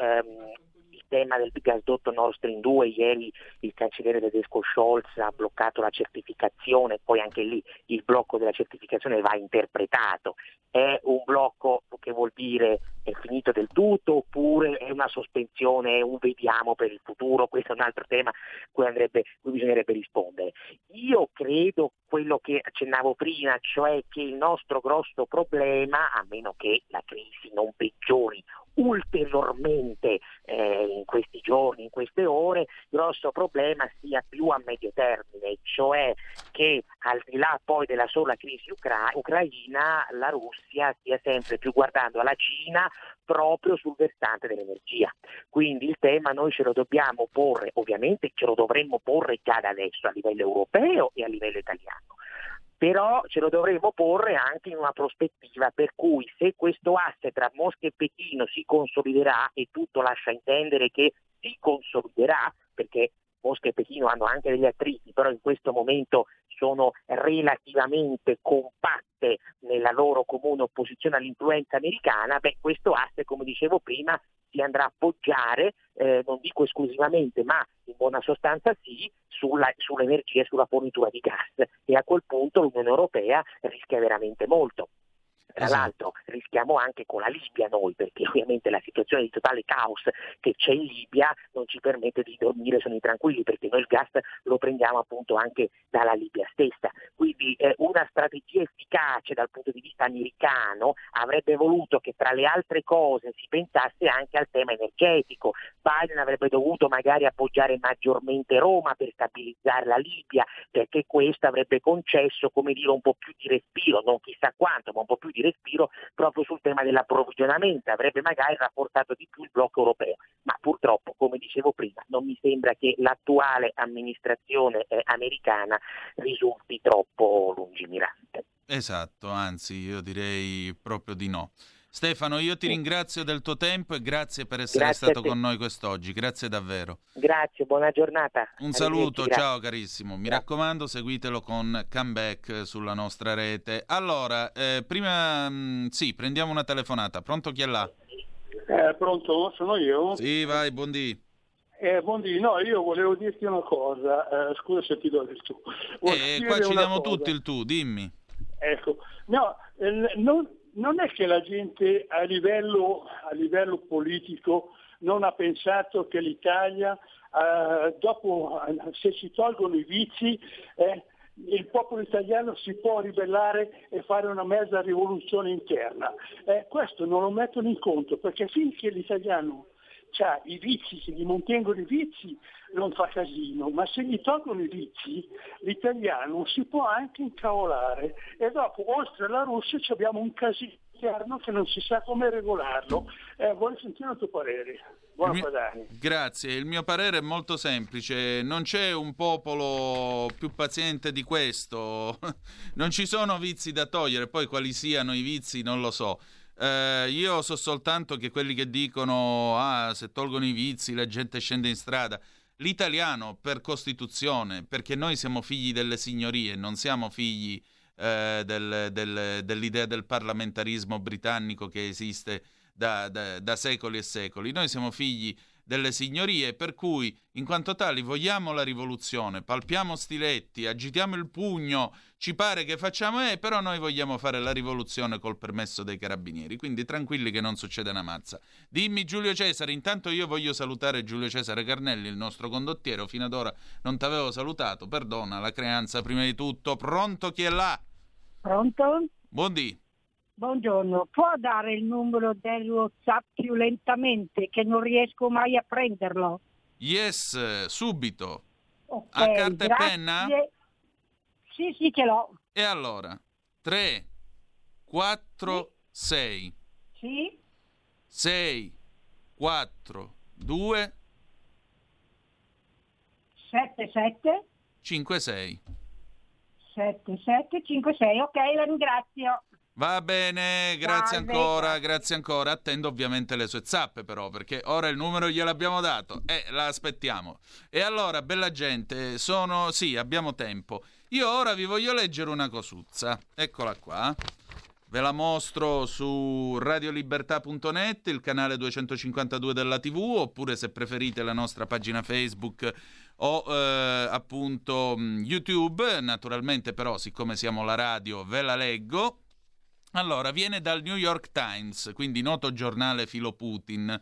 il tema del gasdotto Nord Stream 2, ieri il cancelliere tedesco Scholz ha bloccato la certificazione, poi anche lì il blocco della certificazione va interpretato. È un blocco che vuol dire è finito del tutto, oppure è una sospensione, è un vediamo per il futuro? Questo è un altro tema cui bisognerebbe rispondere. Io credo quello che accennavo prima, cioè che il nostro grosso problema, a meno che la crisi non peggiori ulteriormente in questi giorni, in queste ore, il grosso problema sia più a medio termine, cioè che al di là poi della sola crisi ucraina, la Russia stia sempre più guardando alla Cina proprio sul versante dell'energia. Quindi il tema noi ce lo dobbiamo porre, ovviamente ce lo dovremmo porre già da adesso a livello europeo e a livello italiano. Però ce lo dovremo porre anche in una prospettiva per cui se questo asse tra Mosca e Pechino si consoliderà, e tutto lascia intendere che si consoliderà, perché Mosca e Pechino hanno anche degli attriti, però in questo momento sono relativamente compatte nella loro comune opposizione all'influenza americana, questo asse, come dicevo prima, si andrà a appoggiare, non dico esclusivamente, ma in buona sostanza sì, sull'energia e sulla fornitura di gas, e a quel punto l'Unione Europea rischia veramente molto. Tra l'altro rischiamo anche con la Libia noi, perché ovviamente la situazione di totale caos che c'è in Libia non ci permette di dormire sonni tranquilli, perché noi il gas lo prendiamo appunto anche dalla Libia stessa. Quindi una strategia efficace dal punto di vista americano avrebbe voluto che tra le altre cose si pensasse anche al tema energetico. Biden avrebbe dovuto magari appoggiare maggiormente Roma per stabilizzare la Libia, perché questo avrebbe concesso, come dire, un po' più di respiro, non chissà quanto, ma un po' più di respiro proprio sul tema dell'approvvigionamento, avrebbe magari rafforzato di più il blocco europeo, ma purtroppo, come dicevo prima, non mi sembra che l'attuale amministrazione americana risulti troppo lungimirante. Esatto, anzi io direi proprio di no. Stefano, io ti ringrazio del tuo tempo e grazie per essere stato con noi quest'oggi, grazie davvero. Grazie, buona giornata. Un saluto, ciao carissimo, mi raccomando seguitelo con Comeback sulla nostra rete. Allora, prima prendiamo una telefonata, pronto, chi è là? Pronto, sono io? Sì, vai, buondì. Buondì, no, io volevo dirti una cosa, scusa se ti do il tu. Qua ci diamo tutti il tu, dimmi. Ecco, no, non è che la gente a livello politico non ha pensato che l'Italia, dopo, se si tolgono i vizi, il popolo italiano si può ribellare e fare una mezza rivoluzione interna. Questo non lo mettono in conto, perché finché l'italiano ha i vizi, se gli mantengono i vizi non fa casino, ma se gli tolgono i vizi l'italiano si può anche incavolare, e dopo oltre alla Russia abbiamo un casino interno che non si sa come regolarlo. Voglio sentire il tuo parere. Buon guadagno. Grazie, il mio parere è molto semplice, non c'è un popolo più paziente di questo, non ci sono vizi da togliere, poi quali siano i vizi non lo so. Io so soltanto che quelli che dicono se tolgono i vizi la gente scende in strada, l'italiano per Costituzione, perché noi siamo figli delle signorie, non siamo figli dell'idea del parlamentarismo britannico che esiste da secoli e secoli, noi siamo figli delle signorie, per cui in quanto tali vogliamo la rivoluzione, palpiamo stiletti, agitiamo il pugno, ci pare che facciamo, però noi vogliamo fare la rivoluzione col permesso dei carabinieri, quindi tranquilli che non succede una mazza. Dimmi Giulio Cesare, intanto io voglio salutare Giulio Cesare Carnelli, il nostro condottiero, fino ad ora non t'avevo salutato, perdona la creanza prima di tutto. Pronto, chi è là? Pronto? Buondì. Buongiorno, può dare il numero del WhatsApp più lentamente che non riesco mai a prenderlo? Yes, subito. Okay, a carta grazie. E penna? Sì, ce l'ho. E allora, 3, 4, 6. Sì. 6, 4, 2. 77. 5, 6. 77, 5, 6, ok, la ringrazio. Va bene, grazie ancora. Attendo ovviamente le sue zappe però, perché ora il numero gliel'abbiamo dato e la aspettiamo. E allora, bella gente, sì, abbiamo tempo. Io ora vi voglio leggere una cosuzza. Eccola qua. Ve la mostro su radiolibertà.net, il canale 252 della TV, oppure se preferite la nostra pagina Facebook o appunto YouTube. Naturalmente però, siccome siamo la radio, ve la leggo. Allora, viene dal New York Times, quindi noto giornale filo Putin,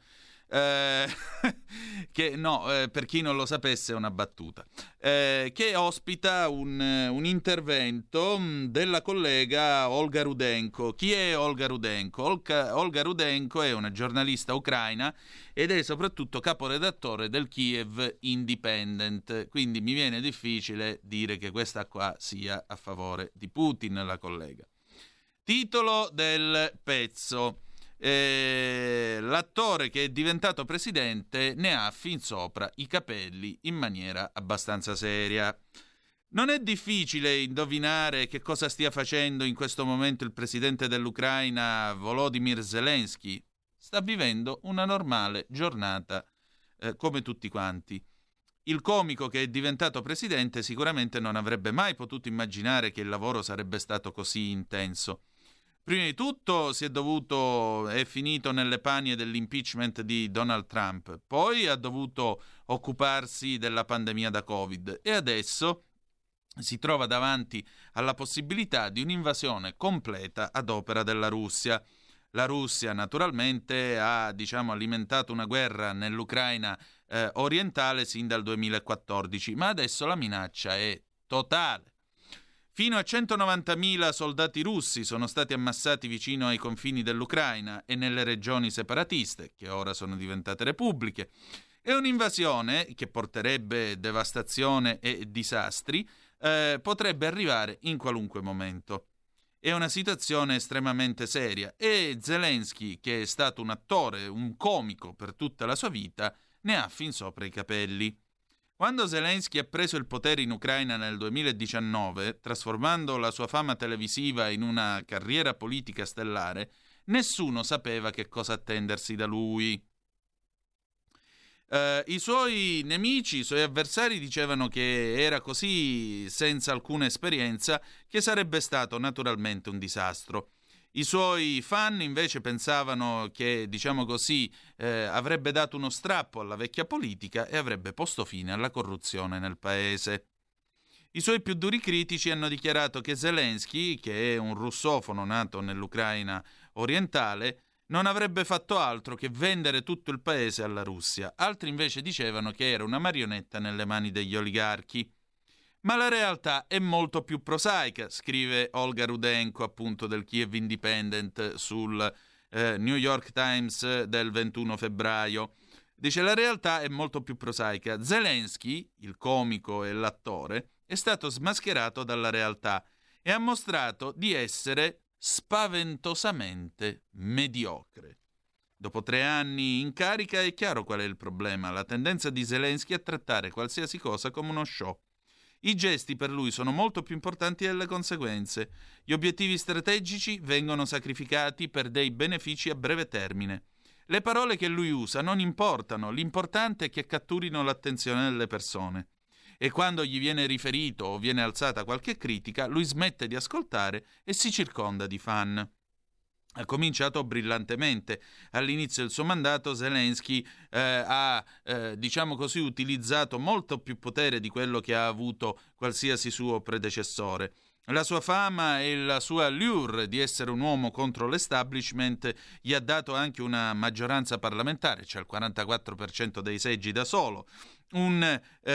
che per chi non lo sapesse è una battuta, che ospita un intervento della collega Olga Rudenko. Chi è Olga Rudenko? Olga Rudenko è una giornalista ucraina ed è soprattutto caporedattore del Kiev Independent, quindi mi viene difficile dire che questa qua sia a favore di Putin, la collega. Titolo del pezzo: l'attore che è diventato presidente ne ha fin sopra i capelli, in maniera abbastanza seria. Non è difficile indovinare che cosa stia facendo in questo momento il presidente dell'Ucraina, Volodymyr Zelensky. Sta vivendo una normale giornata come tutti quanti. Il comico che è diventato presidente sicuramente non avrebbe mai potuto immaginare che il lavoro sarebbe stato così intenso. Prima di tutto è finito nelle panie dell'impeachment di Donald Trump, poi ha dovuto occuparsi della pandemia da Covid e adesso si trova davanti alla possibilità di un'invasione completa ad opera della Russia. La Russia naturalmente ha alimentato una guerra nell'Ucraina orientale sin dal 2014, ma adesso la minaccia è totale. Fino a 190.000 soldati russi sono stati ammassati vicino ai confini dell'Ucraina e nelle regioni separatiste, che ora sono diventate repubbliche. È un'invasione che porterebbe devastazione e disastri, potrebbe arrivare in qualunque momento. È una situazione estremamente seria e Zelensky, che è stato un attore, un comico per tutta la sua vita, ne ha fin sopra i capelli. Quando Zelensky ha preso il potere in Ucraina nel 2019, trasformando la sua fama televisiva in una carriera politica stellare, nessuno sapeva che cosa attendersi da lui. I suoi nemici, i suoi avversari dicevano che era così senza alcuna esperienza che sarebbe stato naturalmente un disastro. I suoi fan invece pensavano che, avrebbe dato uno strappo alla vecchia politica e avrebbe posto fine alla corruzione nel paese. I suoi più duri critici hanno dichiarato che Zelensky, che è un russofono nato nell'Ucraina orientale, non avrebbe fatto altro che vendere tutto il paese alla Russia. Altri invece dicevano che era una marionetta nelle mani degli oligarchi. Ma la realtà è molto più prosaica, scrive Olga Rudenko, appunto del Kiev Independent, sul New York Times del 21 febbraio. Dice: la realtà è molto più prosaica. Zelensky, il comico e l'attore, è stato smascherato dalla realtà e ha mostrato di essere spaventosamente mediocre. Dopo 3 anni in carica è chiaro qual è il problema: la tendenza di Zelensky a trattare qualsiasi cosa come uno show. I gesti per lui sono molto più importanti delle conseguenze. Gli obiettivi strategici vengono sacrificati per dei benefici a breve termine. Le parole che lui usa non importano, l'importante è che catturino l'attenzione delle persone. E quando gli viene riferito o viene alzata qualche critica, lui smette di ascoltare e si circonda di fan. ha cominciato brillantemente. All'inizio del suo mandato Zelensky ha, diciamo così, utilizzato molto più potere di quello che ha avuto qualsiasi suo predecessore. La sua fama e la sua allure di essere un uomo contro l'establishment gli ha dato anche una maggioranza parlamentare, cioè il 44% dei seggi da solo, un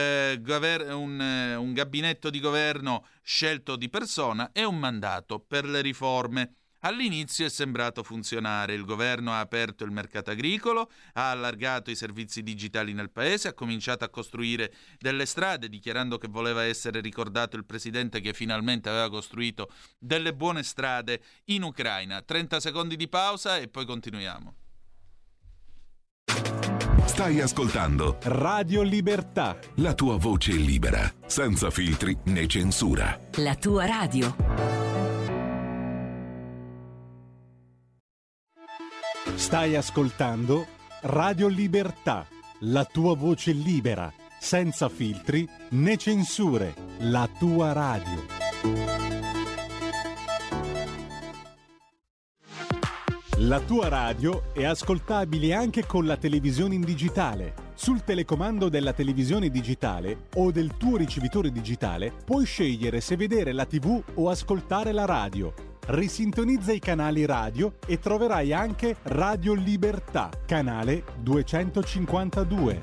gabinetto di governo scelto di persona e un mandato per le riforme. All'inizio è sembrato funzionare, il governo ha aperto il mercato agricolo, ha allargato i servizi digitali nel paese, ha cominciato a costruire delle strade, dichiarando che voleva essere ricordato il presidente che finalmente aveva costruito delle buone strade in Ucraina. 30 secondi di pausa e poi continuiamo. Stai ascoltando Radio Libertà, la tua voce libera, senza filtri né censura. La tua radio. Stai ascoltando Radio Libertà, la tua voce libera, senza filtri né censure, la tua radio. La tua radio è ascoltabile anche con la televisione in digitale. Sul telecomando della televisione digitale o del tuo ricevitore digitale puoi scegliere se vedere la TV o ascoltare la radio. Risintonizza i canali radio e troverai anche Radio Libertà, canale 252.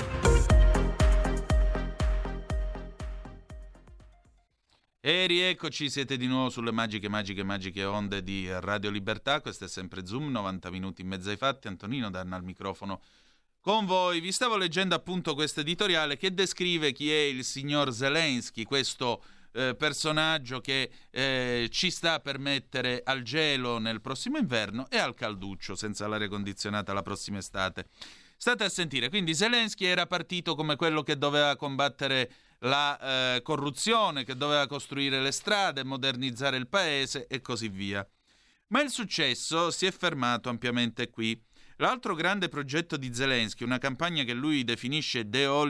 E rieccoci, siete di nuovo sulle magiche onde di Radio Libertà. Questo è sempre Zoom, 90 minuti in mezzo ai fatti. Antonino Danna al microfono con voi. Vi stavo leggendo appunto questo editoriale che descrive chi è il signor Zelensky, questo personaggio che ci sta per mettere al gelo nel prossimo inverno e al calduccio senza l'aria condizionata la prossima estate. State a sentire, quindi Zelensky era partito come quello che doveva combattere la corruzione, che doveva costruire le strade, modernizzare il paese e così via. Ma il successo si è fermato ampiamente qui. L'altro grande progetto di Zelensky, una campagna che lui definisce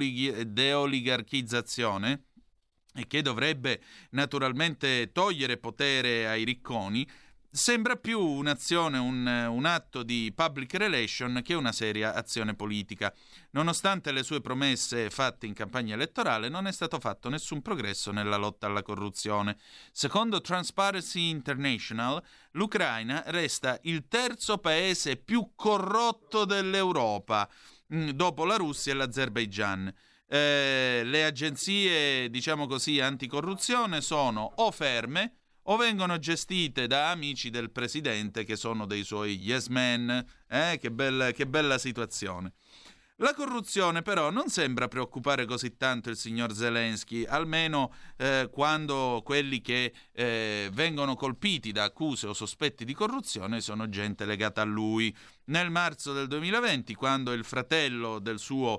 deoligarchizzazione, e che dovrebbe naturalmente togliere potere ai ricconi, sembra più un'azione, un atto di public relation che una seria azione politica. Nonostante le sue promesse fatte in campagna elettorale, non è stato fatto nessun progresso nella lotta alla corruzione. Secondo Transparency International, l'Ucraina resta il terzo paese più corrotto dell'Europa, dopo la Russia e l'Azerbaigian. Le agenzie, diciamo così, anticorruzione sono o ferme o vengono gestite da amici del presidente che sono dei suoi yes men. Che bella situazione. La corruzione però non sembra preoccupare così tanto il signor Zelensky, almeno quando quelli che vengono colpiti da accuse o sospetti di corruzione sono gente legata a lui. Nel marzo del 2020, quando il fratello del suo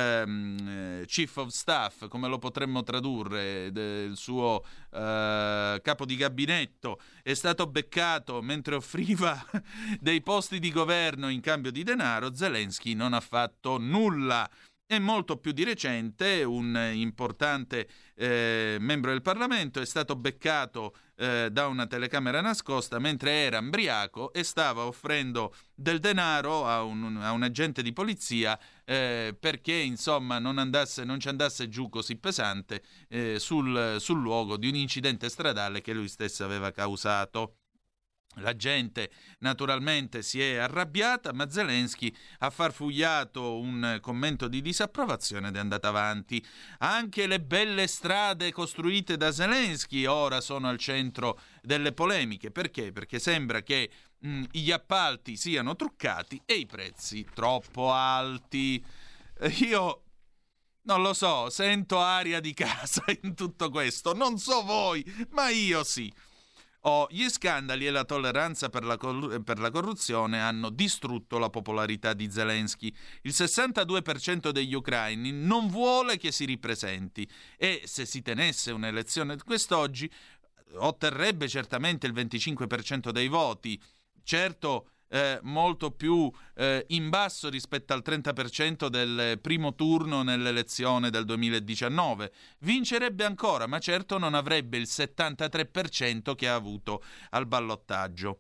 chief of staff, come lo potremmo tradurre, del suo capo di gabinetto, è stato beccato mentre offriva dei posti di governo in cambio di denaro, Zelensky non ha fatto nulla. E molto più di recente un importante membro del Parlamento è stato beccato da una telecamera nascosta mentre era ambriaco e stava offrendo del denaro a un agente di polizia perché insomma non ci andasse giù così pesante sul luogo di un incidente stradale che lui stesso aveva causato. La gente naturalmente si è arrabbiata, ma Zelensky ha farfugliato un commento di disapprovazione ed è andato avanti. Anche le belle strade costruite da Zelensky ora sono al centro delle polemiche. Perché? Perché sembra che gli appalti siano truccati e i prezzi troppo alti. Io non lo so, sento aria di casa in tutto questo. Non so voi, ma io sì. Gli scandali e la tolleranza per la corruzione hanno distrutto la popolarità di Zelensky. Il 62% degli ucraini non vuole che si ripresenti e se si tenesse un'elezione quest'oggi otterrebbe certamente il 25% dei voti. Certo, molto più in basso rispetto al 30% del primo turno nell'elezione del 2019. Vincerebbe ancora, ma certo non avrebbe il 73% che ha avuto al ballottaggio.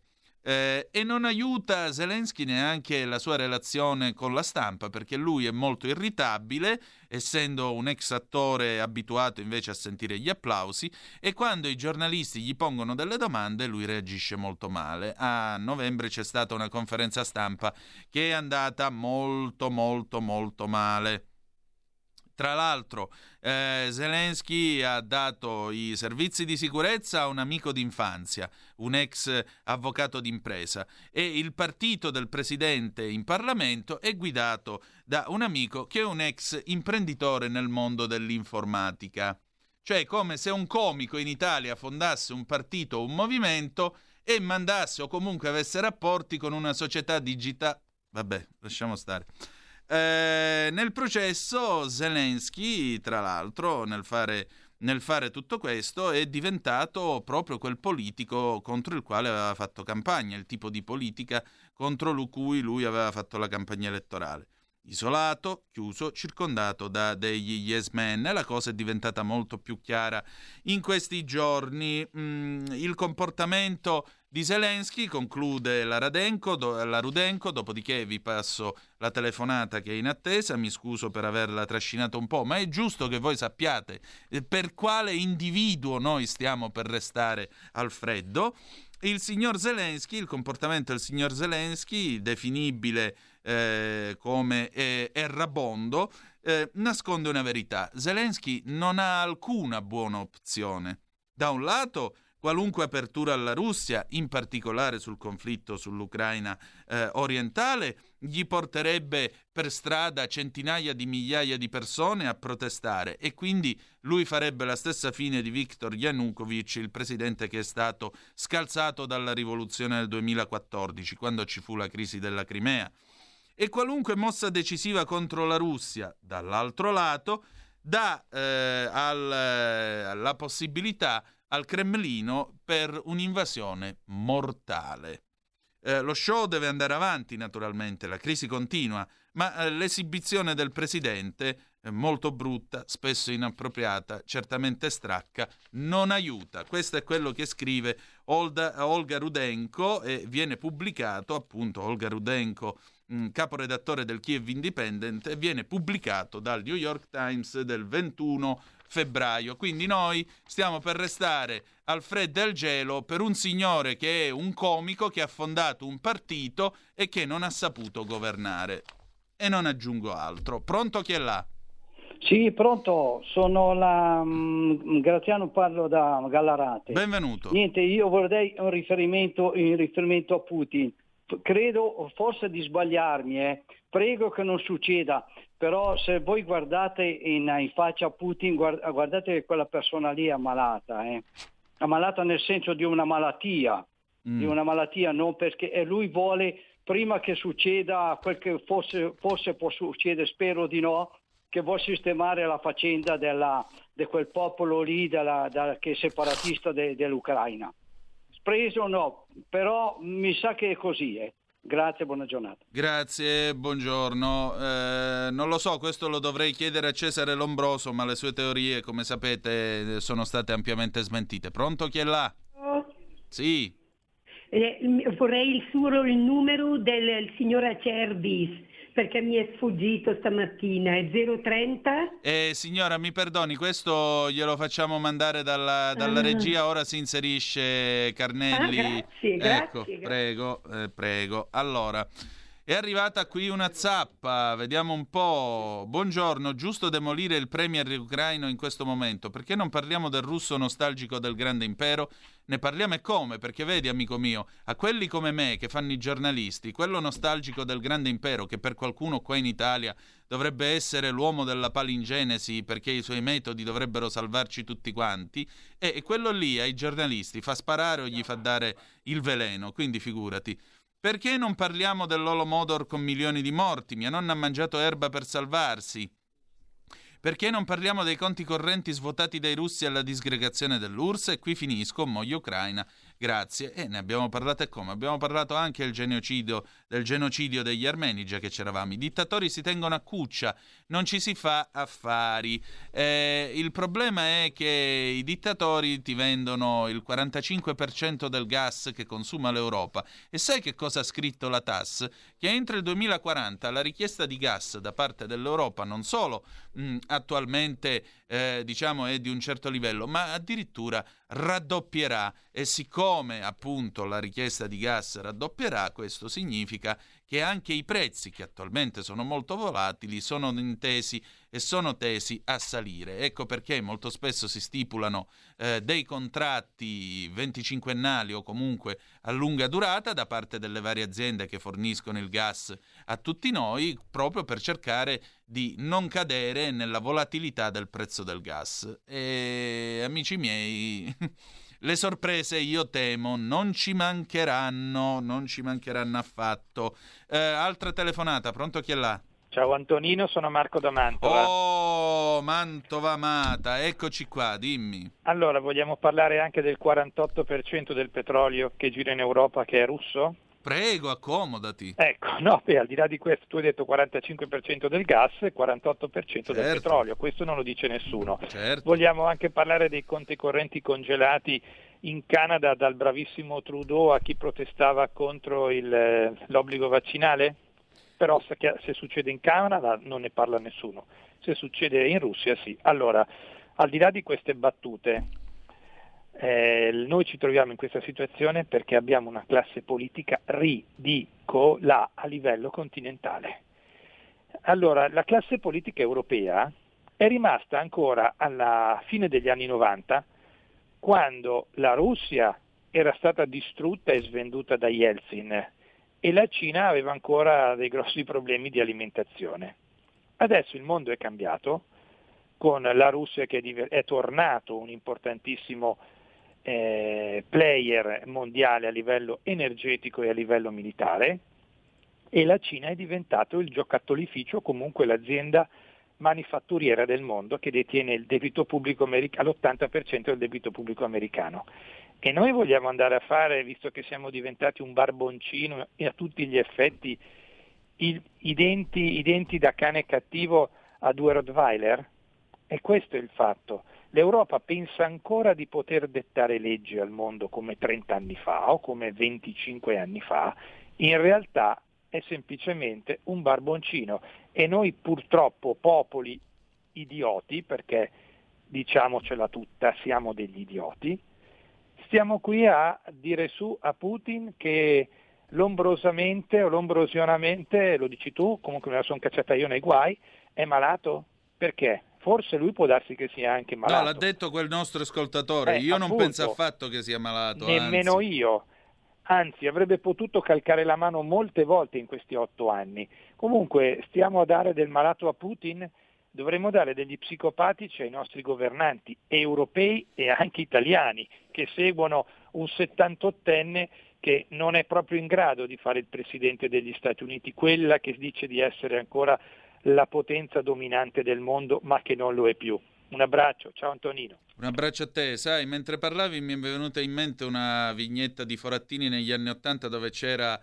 E non aiuta Zelensky neanche la sua relazione con la stampa, perché lui è molto irritabile, essendo un ex attore abituato invece a sentire gli applausi, e quando i giornalisti gli pongono delle domande lui reagisce molto male. A novembre c'è stata una conferenza stampa che è andata molto molto molto male. Tra l'altro Zelensky ha dato i servizi di sicurezza a un amico d'infanzia, un ex avvocato d'impresa, e il partito del presidente in Parlamento è guidato da un amico che è un ex imprenditore nel mondo dell'informatica. Cioè è come se un comico in Italia fondasse un partito o un movimento e mandasse o comunque avesse rapporti con una società digitale. Vabbè, lasciamo stare. Nel processo Zelensky, tra l'altro, nel fare tutto questo, è diventato proprio quel politico contro il quale aveva fatto campagna, il tipo di politica contro cui lui aveva fatto la campagna elettorale. Isolato, chiuso, circondato da degli yes men. La cosa è diventata molto più chiara in questi giorni. Il comportamento di Zelensky, conclude la Rudenko, dopodiché vi passo la telefonata che è in attesa. Mi scuso per averla trascinata un po', ma è giusto che voi sappiate per quale individuo noi stiamo per restare al freddo. Il signor Zelensky, il comportamento del signor Zelensky, definibile come errabondo, nasconde una verità. Zelensky non ha alcuna buona opzione. Da un lato, qualunque apertura alla Russia, in particolare sul conflitto sull'Ucraina orientale, gli porterebbe per strada centinaia di migliaia di persone a protestare, e quindi lui farebbe la stessa fine di Viktor Yanukovych, il presidente che è stato scalzato dalla rivoluzione del 2014, quando ci fu la crisi della Crimea. E qualunque mossa decisiva contro la Russia, dall'altro lato, dà la possibilità al Cremlino per un'invasione mortale. Lo show deve andare avanti, naturalmente, la crisi continua, ma l'esibizione del presidente, molto brutta, spesso inappropriata, certamente stracca, non aiuta. Questo è quello che scrive Olga Rudenko, e viene pubblicato, appunto, Olga Rudenko, caporedattore del Kiev Independent, e viene pubblicato dal New York Times del 21 febbraio. Quindi noi stiamo per restare al freddo e al gelo per un signore che è un comico, che ha fondato un partito e che non ha saputo governare. E non aggiungo altro. Pronto, chi è là? Sì, pronto, sono Graziano, parlo da Gallarate. Benvenuto. Niente, io vorrei un riferimento a Putin. Credo forse di sbagliarmi, prego che non succeda, però se voi guardate in faccia a Putin, guardate che quella persona lì è ammalata, ammalata nel senso di una malattia, non perché lui vuole, prima che succeda quel che forse può succedere, spero di no, che vuole sistemare la faccenda di quel popolo lì che è separatista dell'Ucraina. Preso no, però mi sa che è così. Grazie, buona giornata. Grazie, buongiorno. Non lo so, questo lo dovrei chiedere a Cesare Lombroso, ma le sue teorie, come sapete, sono state ampiamente smentite. Pronto, chi è là? Sì. Vorrei il numero del signor Acerbis, perché mi è sfuggito stamattina. È 030? Signora, mi perdoni, questo glielo facciamo mandare dalla regia, ora si inserisce Carnelli. Ecco, grazie. Prego. Allora, è arrivata qui una zappa, vediamo un po'. Buongiorno, giusto demolire il premier ucraino in questo momento? Perché non parliamo del russo nostalgico del grande impero? Ne parliamo e come? Perché vedi, amico mio, a quelli come me che fanno i giornalisti, quello nostalgico del grande impero, che per qualcuno qua in Italia dovrebbe essere l'uomo della palingenesi perché i suoi metodi dovrebbero salvarci tutti quanti, e quello lì ai giornalisti fa sparare o gli fa dare il veleno, quindi figurati. Perché non parliamo dell'Holodomor con milioni di morti? Mia nonna ha mangiato erba per salvarsi. Perché non parliamo dei conti correnti svuotati dai russi alla disgregazione dell'URSS? E qui finisco, moglie Ucraina, Grazie. E ne abbiamo parlato, e come? Abbiamo parlato anche del genocidio degli armeni, già che c'eravamo. I dittatori si tengono a cuccia, non ci si fa affari. Il problema è che i dittatori ti vendono il 45% del gas che consuma l'Europa. E sai che cosa ha scritto la TASS? Che entro il 2040 la richiesta di gas da parte dell'Europa non solo attualmente è di un certo livello, ma addirittura raddoppierà. E siccome appunto la richiesta di gas raddoppierà, questo significa che anche i prezzi, che attualmente sono molto volatili, sono tesi a salire. Ecco perché molto spesso si stipulano dei contratti 25ennali o comunque a lunga durata da parte delle varie aziende che forniscono il gas a tutti noi, proprio per cercare di non cadere nella volatilità del prezzo del gas. E amici miei, le sorprese, io temo, non ci mancheranno affatto. Altra telefonata, pronto, chi è là? Ciao Antonino, sono Marco da Mantova. Oh, Mantova amata, eccoci qua, dimmi. Allora, vogliamo parlare anche del 48% del petrolio che gira in Europa che è russo? Prego, accomodati. Ecco, no, al di là di questo, tu hai detto 45% del gas e 48% del petrolio, questo non lo dice nessuno. Certo. Vogliamo anche parlare dei conti correnti congelati in Canada dal bravissimo Trudeau a chi protestava contro l'obbligo vaccinale? Però se succede in Canada non ne parla nessuno, se succede in Russia sì. Allora, al di là di queste battute, noi ci troviamo in questa situazione perché abbiamo una classe politica ridicola a livello continentale. Allora, la classe politica europea è rimasta ancora alla fine degli anni 90, quando la Russia era stata distrutta e svenduta da Yeltsin e la Cina aveva ancora dei grossi problemi di alimentazione. Adesso il mondo è cambiato, con la Russia che è tornato un importantissimo player mondiale a livello energetico e a livello militare, e la Cina è diventato il giocattolificio, comunque l'azienda manifatturiera del mondo che detiene il debito pubblico l'80% del debito pubblico americano. E noi vogliamo andare a fare, visto che siamo diventati un barboncino e a tutti gli effetti i denti da cane cattivo a 2 Rottweiler? E questo è il fatto. L'Europa pensa ancora di poter dettare leggi al mondo come 30 anni fa o come 25 anni fa, in realtà è semplicemente un barboncino e noi purtroppo popoli idioti, perché diciamocela tutta, siamo degli idioti, stiamo qui a dire su a Putin che lombrosamente o lombrosionamente, lo dici tu, comunque me la sono cacciata io nei guai, è malato? Perché? Forse lui può darsi che sia anche malato. No, l'ha detto quel nostro ascoltatore, io non penso affatto che sia malato. Nemmeno io, anzi avrebbe potuto calcare la mano molte volte in questi 8 anni. Comunque stiamo a dare del malato a Putin, dovremmo dare degli psicopatici ai nostri governanti europei e anche italiani che seguono un 78enne che non è proprio in grado di fare il presidente degli Stati Uniti, quella che dice di essere ancora la potenza dominante del mondo ma che non lo è più. Un abbraccio, ciao Antonino. Un abbraccio a te. Sai, mentre parlavi mi è venuta in mente una vignetta di Forattini negli anni '80 dove c'era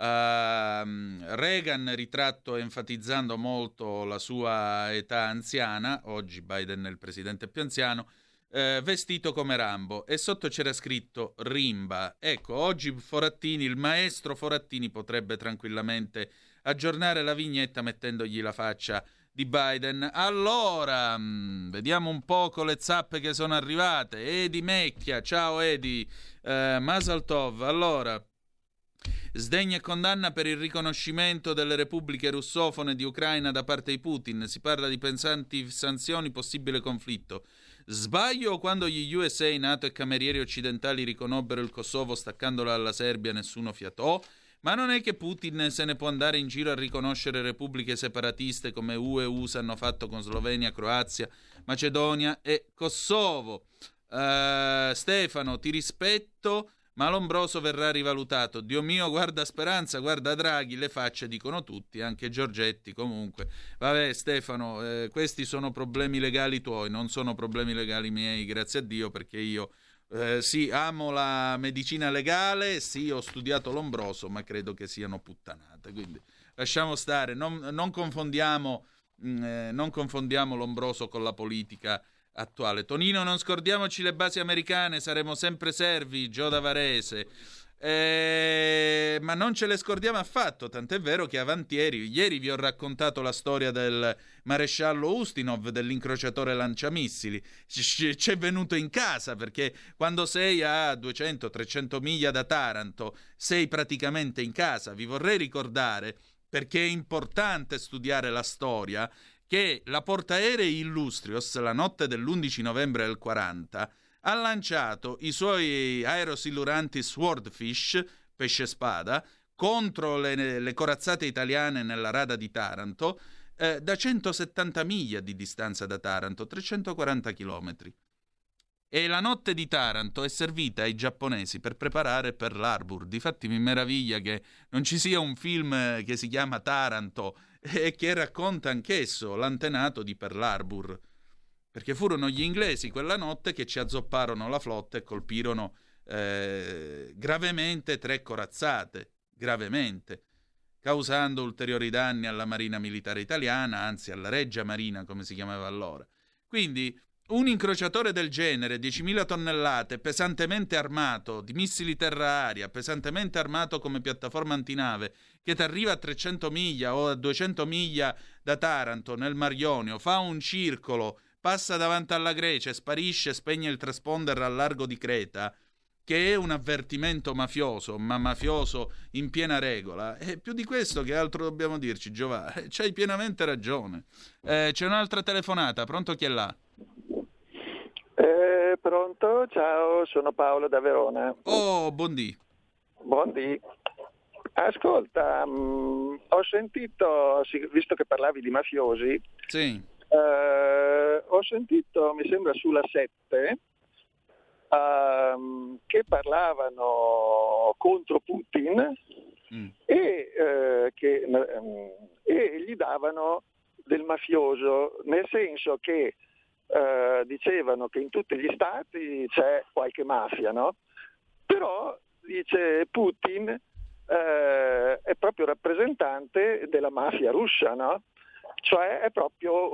Reagan ritratto enfatizzando molto la sua età anziana, oggi Biden è il presidente più anziano, vestito come Rambo, e sotto c'era scritto Rimba. Ecco, oggi Forattini, il maestro Forattini, potrebbe tranquillamente aggiornare la vignetta mettendogli la faccia di Biden. Allora, vediamo un po' con le zappe che sono arrivate. Edi Mecchia, ciao Edi, Masal Tov. Allora, sdegno e condanna per il riconoscimento delle repubbliche russofone di Ucraina da parte di Putin. Si parla di pesanti sanzioni, possibile conflitto. Sbaglio quando gli USA, NATO e camerieri occidentali riconobbero il Kosovo staccandolo alla Serbia, nessuno fiatò. Ma non è che Putin se ne può andare in giro a riconoscere repubbliche separatiste come UE e USA hanno fatto con Slovenia, Croazia, Macedonia e Kosovo. Stefano, ti rispetto, ma Lombroso verrà rivalutato. Dio mio, guarda Speranza, guarda Draghi, le facce dicono tutti, anche Giorgetti comunque. Vabbè Stefano, questi sono problemi legali tuoi, non sono problemi legali miei, grazie a Dio, perché io Sì, amo la medicina legale, sì, ho studiato Lombroso, ma credo che siano puttanate, quindi lasciamo stare, non confondiamo Lombroso con la politica attuale. Tonino, non scordiamoci le basi americane, saremo sempre servi, Gio da Varese. Ma non ce le scordiamo affatto, tant'è vero che ieri vi ho raccontato la storia del maresciallo Ustinov, dell'incrociatore lanciamissili. C'è venuto in casa, perché quando sei a 200-300 miglia da Taranto sei praticamente in casa. Vi vorrei ricordare, perché è importante studiare la storia, che la portaerei Illustrios la notte dell'11 novembre del 40 ha lanciato i suoi aerosiluranti Swordfish, pesce spada, contro le corazzate italiane nella rada di Taranto, da 170 miglia di distanza da Taranto, 340 chilometri. E la notte di Taranto è servita ai giapponesi per preparare Pearl Harbor. Difatti mi meraviglia che non ci sia un film che si chiama Taranto e che racconta anch'esso l'antenato di Pearl Harbor. Perché furono gli inglesi quella notte che ci azzopparono la flotta e colpirono gravemente 3 corazzate, gravemente, causando ulteriori danni alla Marina Militare Italiana, anzi alla Regia Marina come si chiamava allora. Quindi un incrociatore del genere, 10.000 tonnellate, pesantemente armato, di missili terra-aria, pesantemente armato come piattaforma antinave, che ti arriva a 300 miglia o a 200 miglia da Taranto nel Mar Ionio, fa un circolo, passa davanti alla Grecia, sparisce, spegne il transponder al largo di Creta, che è un avvertimento mafioso, ma mafioso in piena regola. E più di questo che altro dobbiamo dirci, Giovanni? C'hai pienamente ragione. C'è un'altra telefonata, pronto, chi è là? Pronto, ciao, sono Paolo da Verona. Oh, buondì. Buondì. Ascolta, ho sentito, visto che parlavi di mafiosi, sì. Ho sentito, mi sembra sulla 7, che parlavano contro Putin e gli davano del mafioso, nel senso che dicevano che in tutti gli stati c'è qualche mafia, no? Però dice Putin è proprio rappresentante della mafia russa, no? Cioè è proprio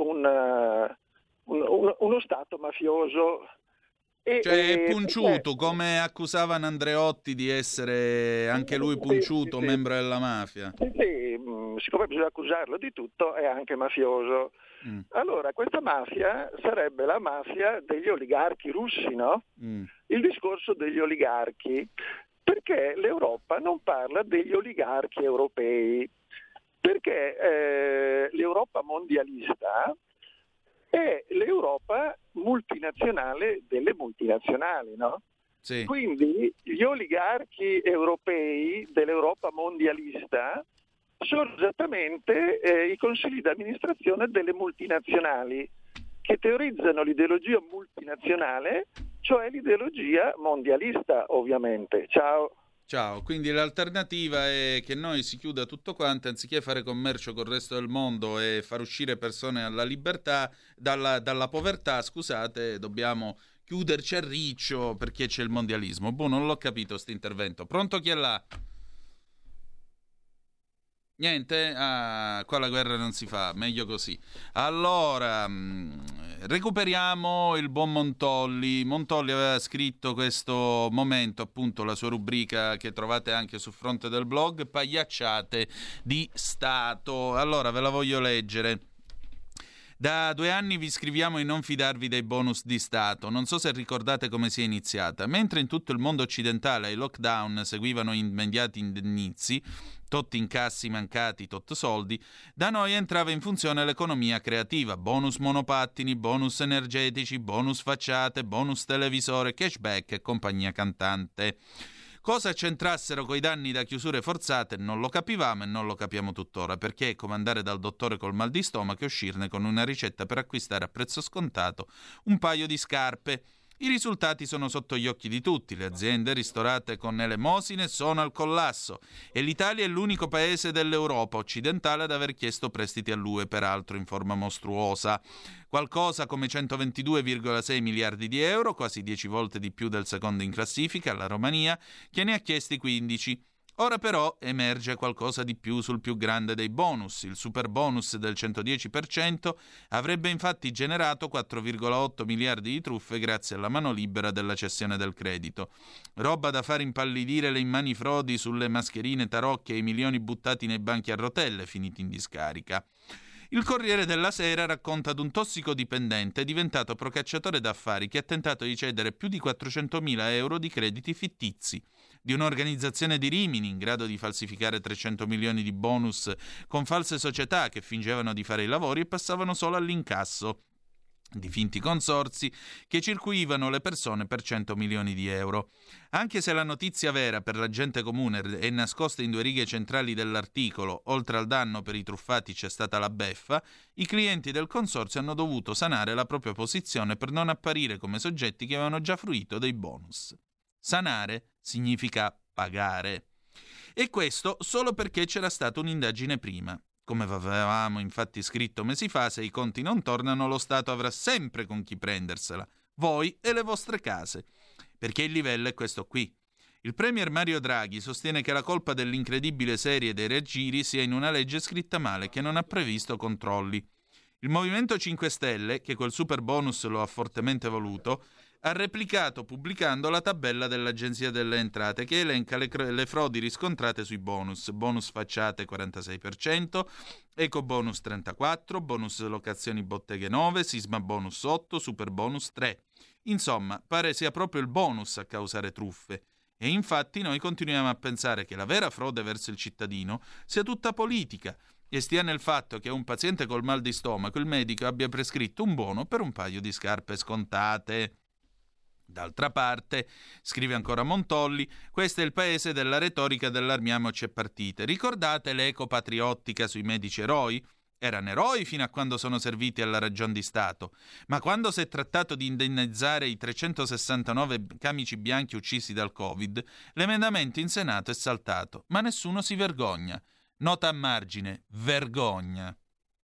uno stato mafioso. Cioè è punciuto, come accusavano Andreotti di essere anche lui punciuto, sì. membro della mafia. Sì, siccome bisogna accusarlo di tutto, è anche mafioso. Allora, questa mafia sarebbe la mafia degli oligarchi russi, no? Il discorso degli oligarchi, perché l'Europa non parla degli oligarchi europei, perché l'Europa mondialista è l'Europa multinazionale delle multinazionali, no? Sì. Quindi gli oligarchi europei dell'Europa mondialista sono esattamente i consigli di amministrazione delle multinazionali che teorizzano l'ideologia multinazionale, cioè l'ideologia mondialista, ovviamente. Ciao, quindi l'alternativa è che noi si chiuda tutto quanto, anziché fare commercio col resto del mondo e far uscire persone alla libertà, dalla povertà, scusate, dobbiamo chiuderci a riccio perché c'è il mondialismo. Boh, non l'ho capito sto intervento. Pronto, chi è là? Niente? Qua la guerra non si fa, meglio così. Allora, recuperiamo il buon Montolli. Montolli aveva scritto questo momento, appunto, la sua rubrica che trovate anche sul fronte del blog, Pagliacciate di Stato. Allora, ve la voglio leggere. Da 2 anni vi scriviamo di non fidarvi dei bonus di Stato. Non so se ricordate come sia iniziata. Mentre in tutto il mondo occidentale ai lockdown seguivano immediati indennizzi, tot incassi mancati, tot soldi, da noi entrava in funzione l'economia creativa, bonus monopattini, bonus energetici, bonus facciate, bonus televisore, cashback e compagnia cantante. Cosa c'entrassero coi danni da chiusure forzate non lo capivamo e non lo capiamo tuttora, perché è come andare dal dottore col mal di stomaco e uscirne con una ricetta per acquistare a prezzo scontato un paio di scarpe. I risultati sono sotto gli occhi di tutti, le aziende ristorate con elemosine sono al collasso e l'Italia è l'unico paese dell'Europa occidentale ad aver chiesto prestiti all'UE, peraltro in forma mostruosa. Qualcosa come 122,6 miliardi di euro, quasi 10 volte di più del secondo in classifica, la Romania, che ne ha chiesti 15. Ora però emerge qualcosa di più sul più grande dei bonus. Il super bonus del 110% avrebbe infatti generato 4,8 miliardi di truffe grazie alla mano libera della cessione del credito. Roba da far impallidire le immani frodi sulle mascherine tarocche e i milioni buttati nei banchi a rotelle finiti in discarica. Il Corriere della Sera racconta di un tossicodipendente diventato procacciatore d'affari che ha tentato di cedere più di 400.000 euro di crediti fittizi, di un'organizzazione di Rimini in grado di falsificare 300 milioni di bonus con false società che fingevano di fare i lavori e passavano solo all'incasso, di finti consorzi che circuivano le persone per 100 milioni di euro. Anche se la notizia vera per la gente comune è nascosta in 2 righe centrali dell'articolo, oltre al danno per i truffati c'è stata la beffa, i clienti del consorzio hanno dovuto sanare la propria posizione per non apparire come soggetti che avevano già fruito dei bonus. Sanare significa pagare. E questo solo perché c'era stata un'indagine prima. Come avevamo infatti scritto mesi fa, se i conti non tornano, lo Stato avrà sempre con chi prendersela, voi e le vostre case. Perché il livello è questo qui. Il premier Mario Draghi sostiene che la colpa dell'incredibile serie dei raggiri sia in una legge scritta male che non ha previsto controlli. Il Movimento 5 Stelle, che quel super bonus lo ha fortemente voluto, ha replicato pubblicando la tabella dell'Agenzia delle Entrate che elenca le frodi riscontrate sui bonus. Bonus facciate 46%, eco bonus 34%, bonus locazioni botteghe 9%, sisma bonus 8%, super bonus 3%. Insomma, pare sia proprio il bonus a causare truffe. E infatti noi continuiamo a pensare che la vera frode verso il cittadino sia tutta politica e stia nel fatto che a un paziente col mal di stomaco il medico abbia prescritto un buono per un paio di scarpe scontate. D'altra parte, scrive ancora Montolli, questo è il paese della retorica dell'armiamoci e partite. Ricordate l'eco patriottica sui medici eroi? Erano eroi fino a quando sono serviti alla ragion di Stato, ma quando si è trattato di indennizzare i 369 camici bianchi uccisi dal Covid, l'emendamento in Senato è saltato, ma nessuno si vergogna. Nota a margine, vergogna.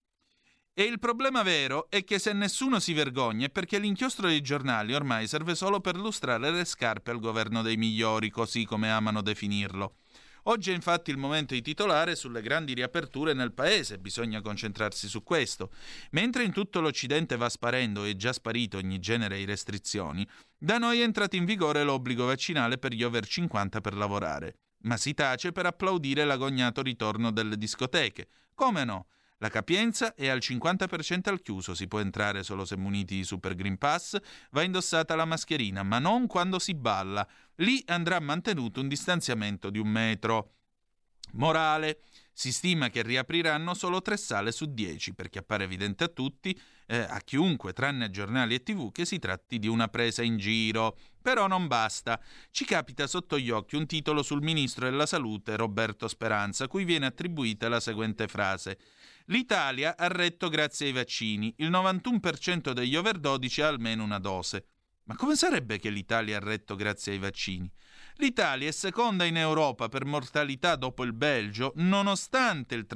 E il problema vero è che se nessuno si vergogna è perché l'inchiostro dei giornali ormai serve solo per lustrare le scarpe al governo dei migliori, così come amano definirlo. Oggi è infatti il momento di titolare sulle grandi riaperture nel paese, bisogna concentrarsi su questo. Mentre in tutto l'Occidente va sparendo e è già sparito ogni genere di restrizioni, da noi è entrato in vigore l'obbligo vaccinale per gli over 50 per lavorare. Ma si tace per applaudire l'agognato ritorno delle discoteche. Come no? La capienza è al 50% al chiuso, si può entrare solo se muniti di Super Green Pass, va indossata la mascherina, ma non quando si balla. Lì andrà mantenuto un distanziamento di 1 metro. Morale, si stima che riapriranno solo 3 sale su 10, perché appare evidente a tutti, a chiunque, tranne a giornali e TV, che si tratti di una presa in giro. Però non basta. Ci capita sotto gli occhi un titolo sul ministro della Salute, Roberto Speranza, cui viene attribuita la seguente frase: l'Italia ha retto grazie ai vaccini, il 91% degli over 12 ha almeno una dose. Ma come sarebbe che l'Italia ha retto grazie ai vaccini? L'Italia è seconda in Europa per mortalità dopo il Belgio, nonostante il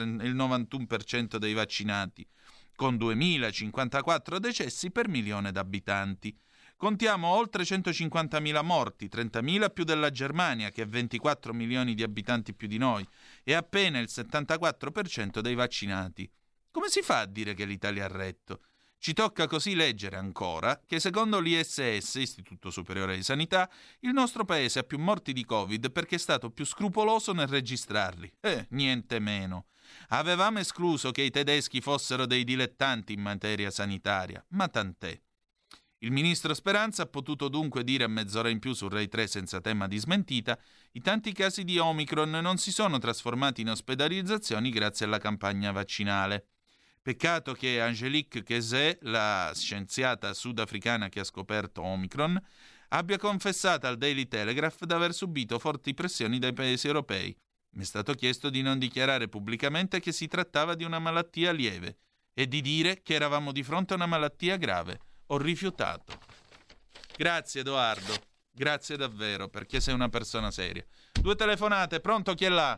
91% dei vaccinati, con 2.054 decessi per milione d'abitanti. Contiamo oltre 150.000 morti, 30.000 più della Germania, che ha 24 milioni di abitanti più di noi, e appena il 74% dei vaccinati. Come si fa a dire che l'Italia ha retto? Ci tocca così leggere ancora che secondo l'ISS, Istituto Superiore di Sanità, il nostro paese ha più morti di Covid perché è stato più scrupoloso nel registrarli. Niente meno. Avevamo escluso che i tedeschi fossero dei dilettanti in materia sanitaria, ma tant'è. Il ministro Speranza ha potuto dunque dire a mezz'ora in più su Rai 3 senza tema di smentita: i tanti casi di Omicron non si sono trasformati in ospedalizzazioni grazie alla campagna vaccinale. Peccato che Angélique Kizé, la scienziata sudafricana che ha scoperto Omicron, abbia confessato al Daily Telegraph di aver subito forti pressioni dai paesi europei. Mi è stato chiesto di non dichiarare pubblicamente che si trattava di una malattia lieve e di dire che eravamo di fronte a una malattia grave. Ho rifiutato. Grazie Edoardo, grazie davvero, perché sei una persona seria. 2 telefonate, pronto, chi è là?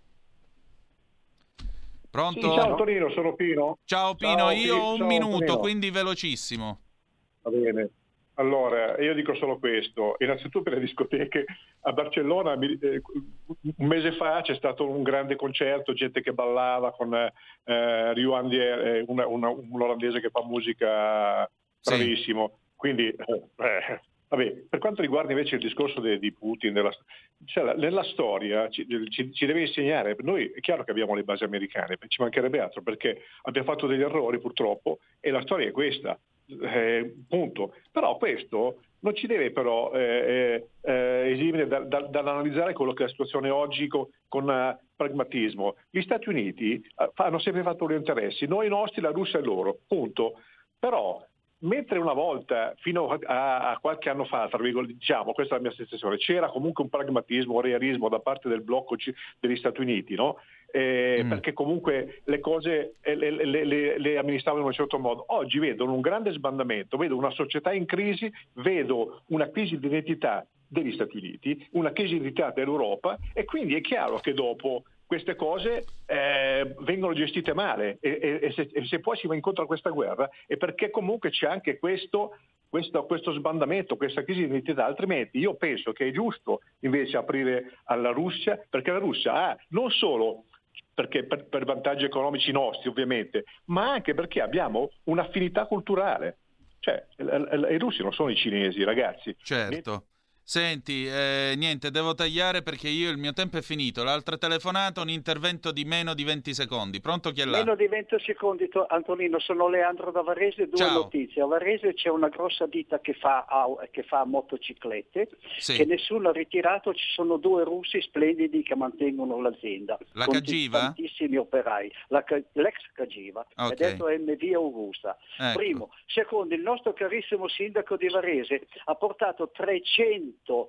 Pronto? Sì, ciao Antonino, sono Pino. Ciao Pino, ciao, io ho un ciao, minuto, Antonino. quindi velocissimo. Va bene. Allora, io dico solo questo. Innanzitutto per le discoteche a Barcellona, un mese fa c'è stato un grande concerto, gente che ballava con Rio Andier, un olandese che fa musica bravissimo. Sì. Quindi, vabbè, per quanto riguarda invece il discorso di Putin, nella storia ci deve insegnare. Noi è chiaro che abbiamo le basi americane, ci mancherebbe altro, perché abbiamo fatto degli errori purtroppo e la storia è questa. Punto. Però questo non ci deve però esimere dall'analizzare quello che è la situazione oggi con pragmatismo. Gli Stati Uniti hanno sempre fatto i loro interessi, noi i nostri, la Russia e loro, punto. Però mentre una volta, fino a qualche anno fa, tra virgolette, diciamo, questa è la mia sensazione, c'era comunque un pragmatismo, un realismo da parte del blocco degli Stati Uniti, no? Perché comunque le cose le amministravano in un certo modo. Oggi vedo un grande sbandamento, vedo una società in crisi, vedo una crisi di identità degli Stati Uniti, una crisi di identità dell'Europa, e quindi è chiaro che dopo queste cose vengono gestite male e se poi si va incontro a questa guerra è perché comunque c'è anche questo sbandamento, questa crisi di identità. Altrimenti io penso che è giusto invece aprire alla Russia, perché la Russia ha non solo perché per vantaggi economici nostri ovviamente, ma anche perché abbiamo un'affinità culturale. Cioè i russi non sono i cinesi, ragazzi. Certo. Senti, niente, devo tagliare perché il mio tempo è finito. L'altra telefonata, un intervento di meno di 20 secondi. Pronto, chi è là? Meno di 20 secondi, Antonino, sono Leandro da Varese. Due notizie. A Varese c'è una grossa ditta che fa motociclette, che nessuno ha ritirato. Ci sono 2 russi splendidi che mantengono l'azienda. La Cagiva? Tantissimi operai. L'ex Cagiva, è detto MV Augusta. Ecco. Primo. Secondo, il nostro carissimo sindaco di Varese ha portato 300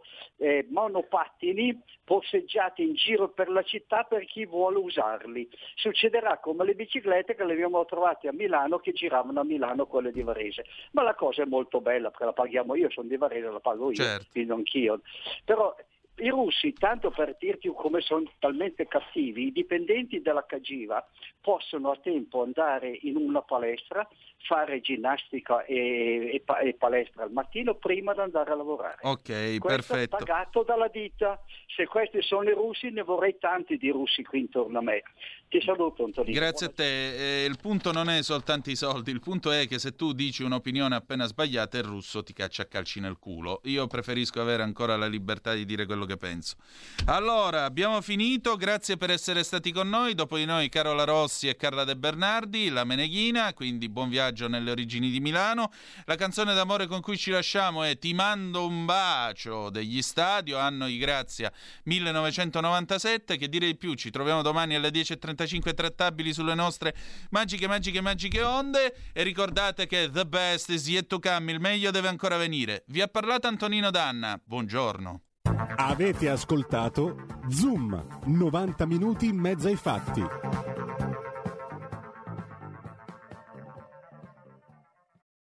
monopattini posseggiati in giro per la città per chi vuole usarli. Succederà come le biciclette che le abbiamo trovate a Milano, che giravano a Milano quelle di Varese. Ma la cosa è molto bella perché la paghiamo io, sono di Varese, la pago io, quindi anch'io. Però i russi, tanto per dirti come sono talmente cattivi, i dipendenti della Cagiva possono a tempo andare in una palestra, fare ginnastica e palestra al mattino prima di andare a lavorare. Ok, questo perfetto. È pagato dalla ditta. Se questi sono i russi, ne vorrei tanti di russi qui intorno a me. Ti saluto, Antonino. Grazie a te. Il punto non è soltanto i soldi, il punto è che se tu dici un'opinione appena sbagliata, il russo ti caccia a calci nel culo. Io preferisco avere ancora la libertà di dire quello che penso. Allora, abbiamo finito, grazie per essere stati con noi. Dopo di noi Carola Rossi e Carla De Bernardi, la Meneghina, quindi buon viaggio nelle origini di Milano. La canzone d'amore con cui ci lasciamo è Ti mando un bacio degli Stadio, anno di grazia 1997. Che dire di più, ci troviamo domani alle 10.35 trattabili sulle nostre magiche onde, e ricordate che the best is yet to come, il meglio deve ancora venire. Vi ha parlato Antonino Danna, buongiorno. Avete ascoltato Zoom, 90 minuti in mezzo ai fatti.